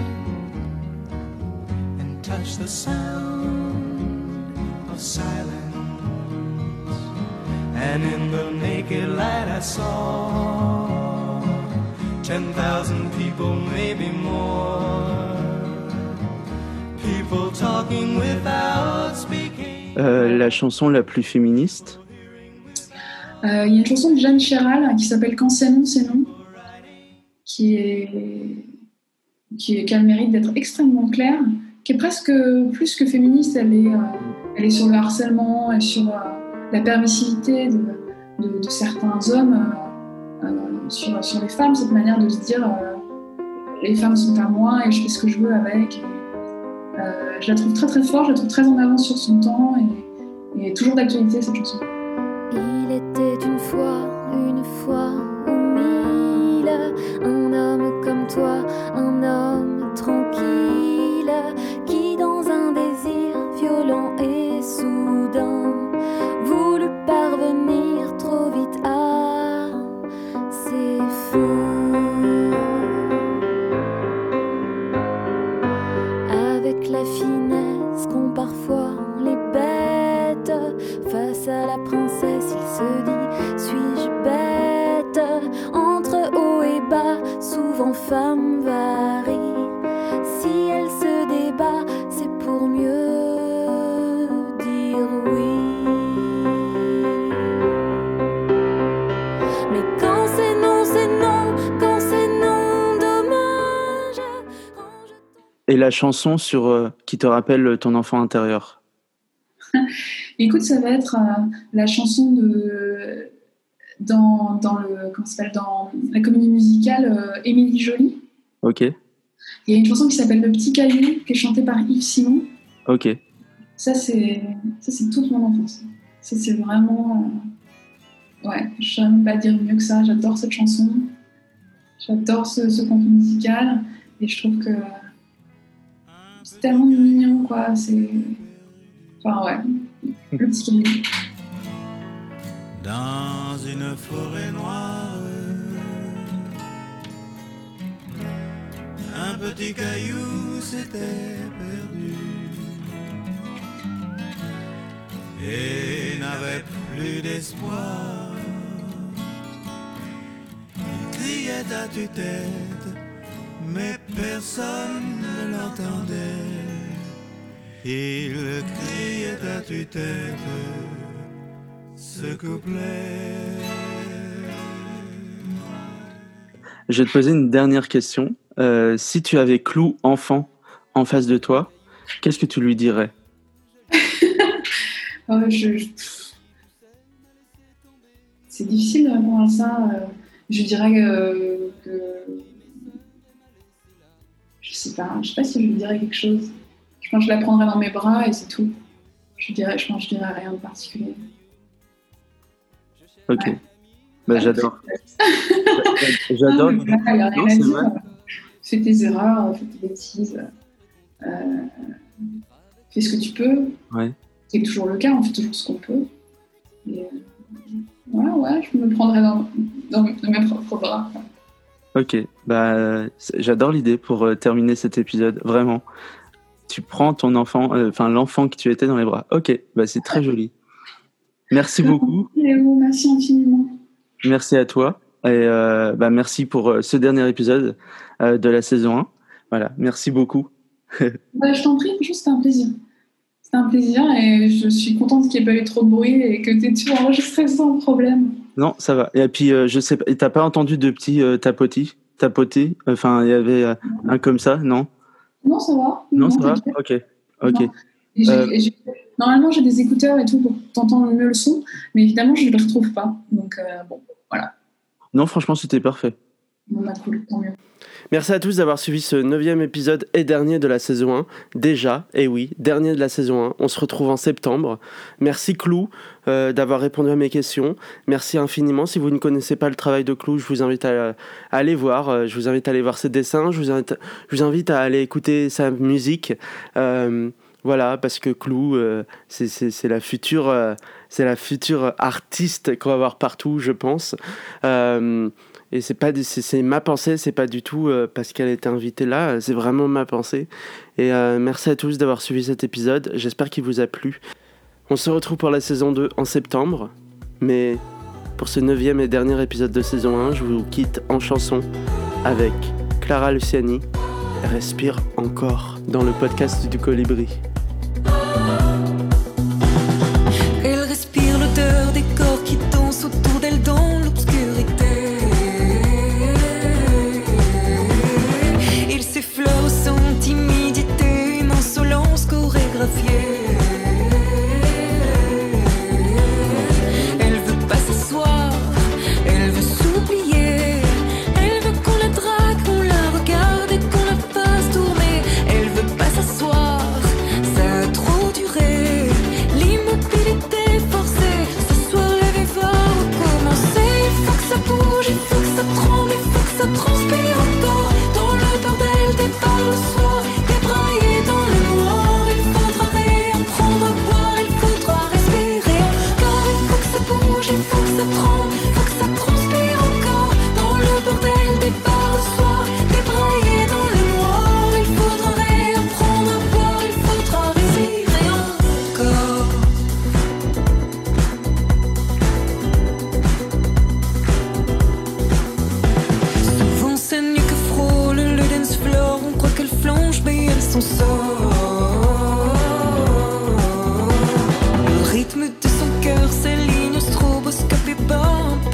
[SPEAKER 7] and touched the sound of silence. And in the naked light I saw ten thousand people, maybe more, people talking without speaking.
[SPEAKER 1] Euh, la chanson la plus féministe?
[SPEAKER 2] Euh, Il y a une chanson de Jeanne Chéral qui s'appelle Quand c'est non, c'est non, qui, est, qui, est, qui a le mérite d'être extrêmement claire, qui est presque plus que féministe. Elle est, euh, elle est sur le harcèlement et sur euh, la permissivité de, de, de certains hommes euh, euh, sur, sur les femmes, cette manière de se dire euh, les femmes sont à moi et je fais ce que je veux avec. Et, euh, je la trouve très très forte, je la trouve très en avance sur son temps et, et toujours d'actualité cette chanson.
[SPEAKER 3] Il était une fois, une fois ou mille, un homme comme toi, un homme tranquille, qui dans un désir violent et soudain voulut parvenir trop vite à ses fins. Avec la finesse qu'ont parfois les bêtes, face à la princesse, il se dit, suis-je bête? Entre haut et bas, souvent femme varie. Si elle se débat, c'est pour mieux dire oui. Mais quand c'est non, c'est non, quand c'est non, dommage. Range ton...
[SPEAKER 1] Et la chanson sur euh, qui te rappelle ton enfant intérieur?
[SPEAKER 2] Écoute, ça va être euh, la chanson de dans, dans le comment ça s'appelle dans la comédie musicale euh, Émilie Joly.
[SPEAKER 1] Ok.
[SPEAKER 2] Il y a une chanson qui s'appelle Le Petit Caillou qui est chantée par Yves Simon.
[SPEAKER 1] Ok.
[SPEAKER 2] Ça c'est ça c'est toute mon enfance. Ça c'est vraiment euh... ouais, je ne saurais même pas dire mieux que ça. J'adore cette chanson. J'adore ce, ce contenu musical et je trouve que c'est tellement mignon quoi. C'est enfin ouais. Le Petit Caillou.
[SPEAKER 7] Dans une forêt noire, un petit caillou s'était perdu et n'avait plus d'espoir. Il criait à tue-tête, mais personne ne l'entendait. Il criait à tue-tête ce couplet.
[SPEAKER 1] Je vais te poser une dernière question. Euh, si tu avais Clou enfant en face de toi, qu'est-ce que tu lui dirais?
[SPEAKER 2] oh, je, je... C'est difficile de répondre à ça. Je dirais que, que... je sais pas. Je sais pas si je lui dirais quelque chose. Je pense que je la prendrais dans mes bras et c'est tout. Je dirais, je pense que je dirais rien de particulier.
[SPEAKER 1] Ok.
[SPEAKER 2] Ouais.
[SPEAKER 1] Bah,
[SPEAKER 2] Ouais.
[SPEAKER 1] j'adore. J'adore.
[SPEAKER 2] Non, mais voilà, il y a rien
[SPEAKER 1] Non,
[SPEAKER 2] à
[SPEAKER 1] c'est
[SPEAKER 2] dire.
[SPEAKER 1] vrai.
[SPEAKER 2] Fais tes erreurs, fais tes bêtises. Euh, fais ce que tu peux.
[SPEAKER 1] Ouais.
[SPEAKER 2] C'est toujours le cas, on fait toujours ce qu'on peut. Et, euh, ouais, ouais, je me prendrais dans, dans, dans mes propres bras.
[SPEAKER 1] Ok. Bah, c'est- j'adore l'idée pour euh, terminer cet épisode. Vraiment. Tu prends ton enfant, enfin l'enfant que tu étais dans les bras. Ok. Bah, c'est très joli. Merci beaucoup.
[SPEAKER 2] Léo, merci infiniment.
[SPEAKER 1] Merci à toi. Et euh, bah, merci pour euh, ce dernier épisode euh, de la saison un. Voilà. Merci beaucoup.
[SPEAKER 2] Bah, je t'en prie, franchement, c'était un plaisir. C'était un plaisir et je suis contente qu'il n'y ait pas eu trop de bruit et que tu aies tout enregistré sans problème.
[SPEAKER 1] Non, ça va. Et puis, euh, je sais pas, et t'as pas entendu de petits euh, tapotis, tapoter? Enfin, il y avait euh, un comme ça, non?
[SPEAKER 2] Non, ça va.
[SPEAKER 1] Non, ça va?
[SPEAKER 2] t'inquiète.
[SPEAKER 1] Ok. Ok.
[SPEAKER 2] Non. Et j'ai-
[SPEAKER 1] Euh,
[SPEAKER 2] et j'ai- Normalement, j'ai des écouteurs et tout pour t'entendre mieux le son, mais évidemment, je ne les retrouve pas. Donc, euh, bon, voilà.
[SPEAKER 1] Non, franchement, c'était parfait.
[SPEAKER 2] Bon, bah cool, tant mieux.
[SPEAKER 1] Merci à tous d'avoir suivi ce neuvième épisode et dernier de la saison un. Déjà, et oui, dernier de la saison un. On se retrouve en septembre. Merci Clou euh, d'avoir répondu à mes questions. Merci infiniment. Si vous ne connaissez pas le travail de Clou, je vous invite à, à aller voir. Je vous invite à aller voir ses dessins. Je vous invite, je vous invite à aller écouter sa musique. Euh, voilà, parce que Clou, euh, c'est, c'est, c'est la future... Euh, c'est la future artiste qu'on va voir partout, je pense. Euh, Et c'est pas c'est, c'est ma pensée, c'est pas du tout euh, parce qu'elle était invitée là, c'est vraiment ma pensée. Et euh, merci à tous d'avoir suivi cet épisode, j'espère qu'il vous a plu. On se retrouve pour la saison deux en septembre, mais pour ce neuvième et dernier épisode de saison un, je vous quitte en chanson avec Clara Luciani, Respire encore, dans le podcast du Colibri.
[SPEAKER 3] Elle respire l'odeur des corps qui dansent autour d'elle dans l'obscurité. Sans timidité, une insolence chorégraphiée. Elle veut pas s'asseoir, elle veut s'oublier. Elle veut qu'on la drague, qu'on la regarde et qu'on la fasse tourner. Elle veut pas s'asseoir, ça a trop duré. L'immobilité forcée, ce soir la vie va recommencer. Il faut que ça bouge, il faut que ça tremble, il faut que ça transpire encore. Dans le bordel des bars le soir, débraillé dans le noir. Il faudra réapprendre à boire, il faudra respirer encore. Il faut que ça bouge, il faut que ça tremble, il faut que ça transpire encore. Dans le bordel des bars le soir, débraillé dans le noir. Il faudra réapprendre à boire, il faudra respirer encore. Souvent c'est nu que frôle le dance floor. On croit qu'elle flanche mais elle s'en sort. Le rythme de son cœur s'aligne au stroboscope et bat un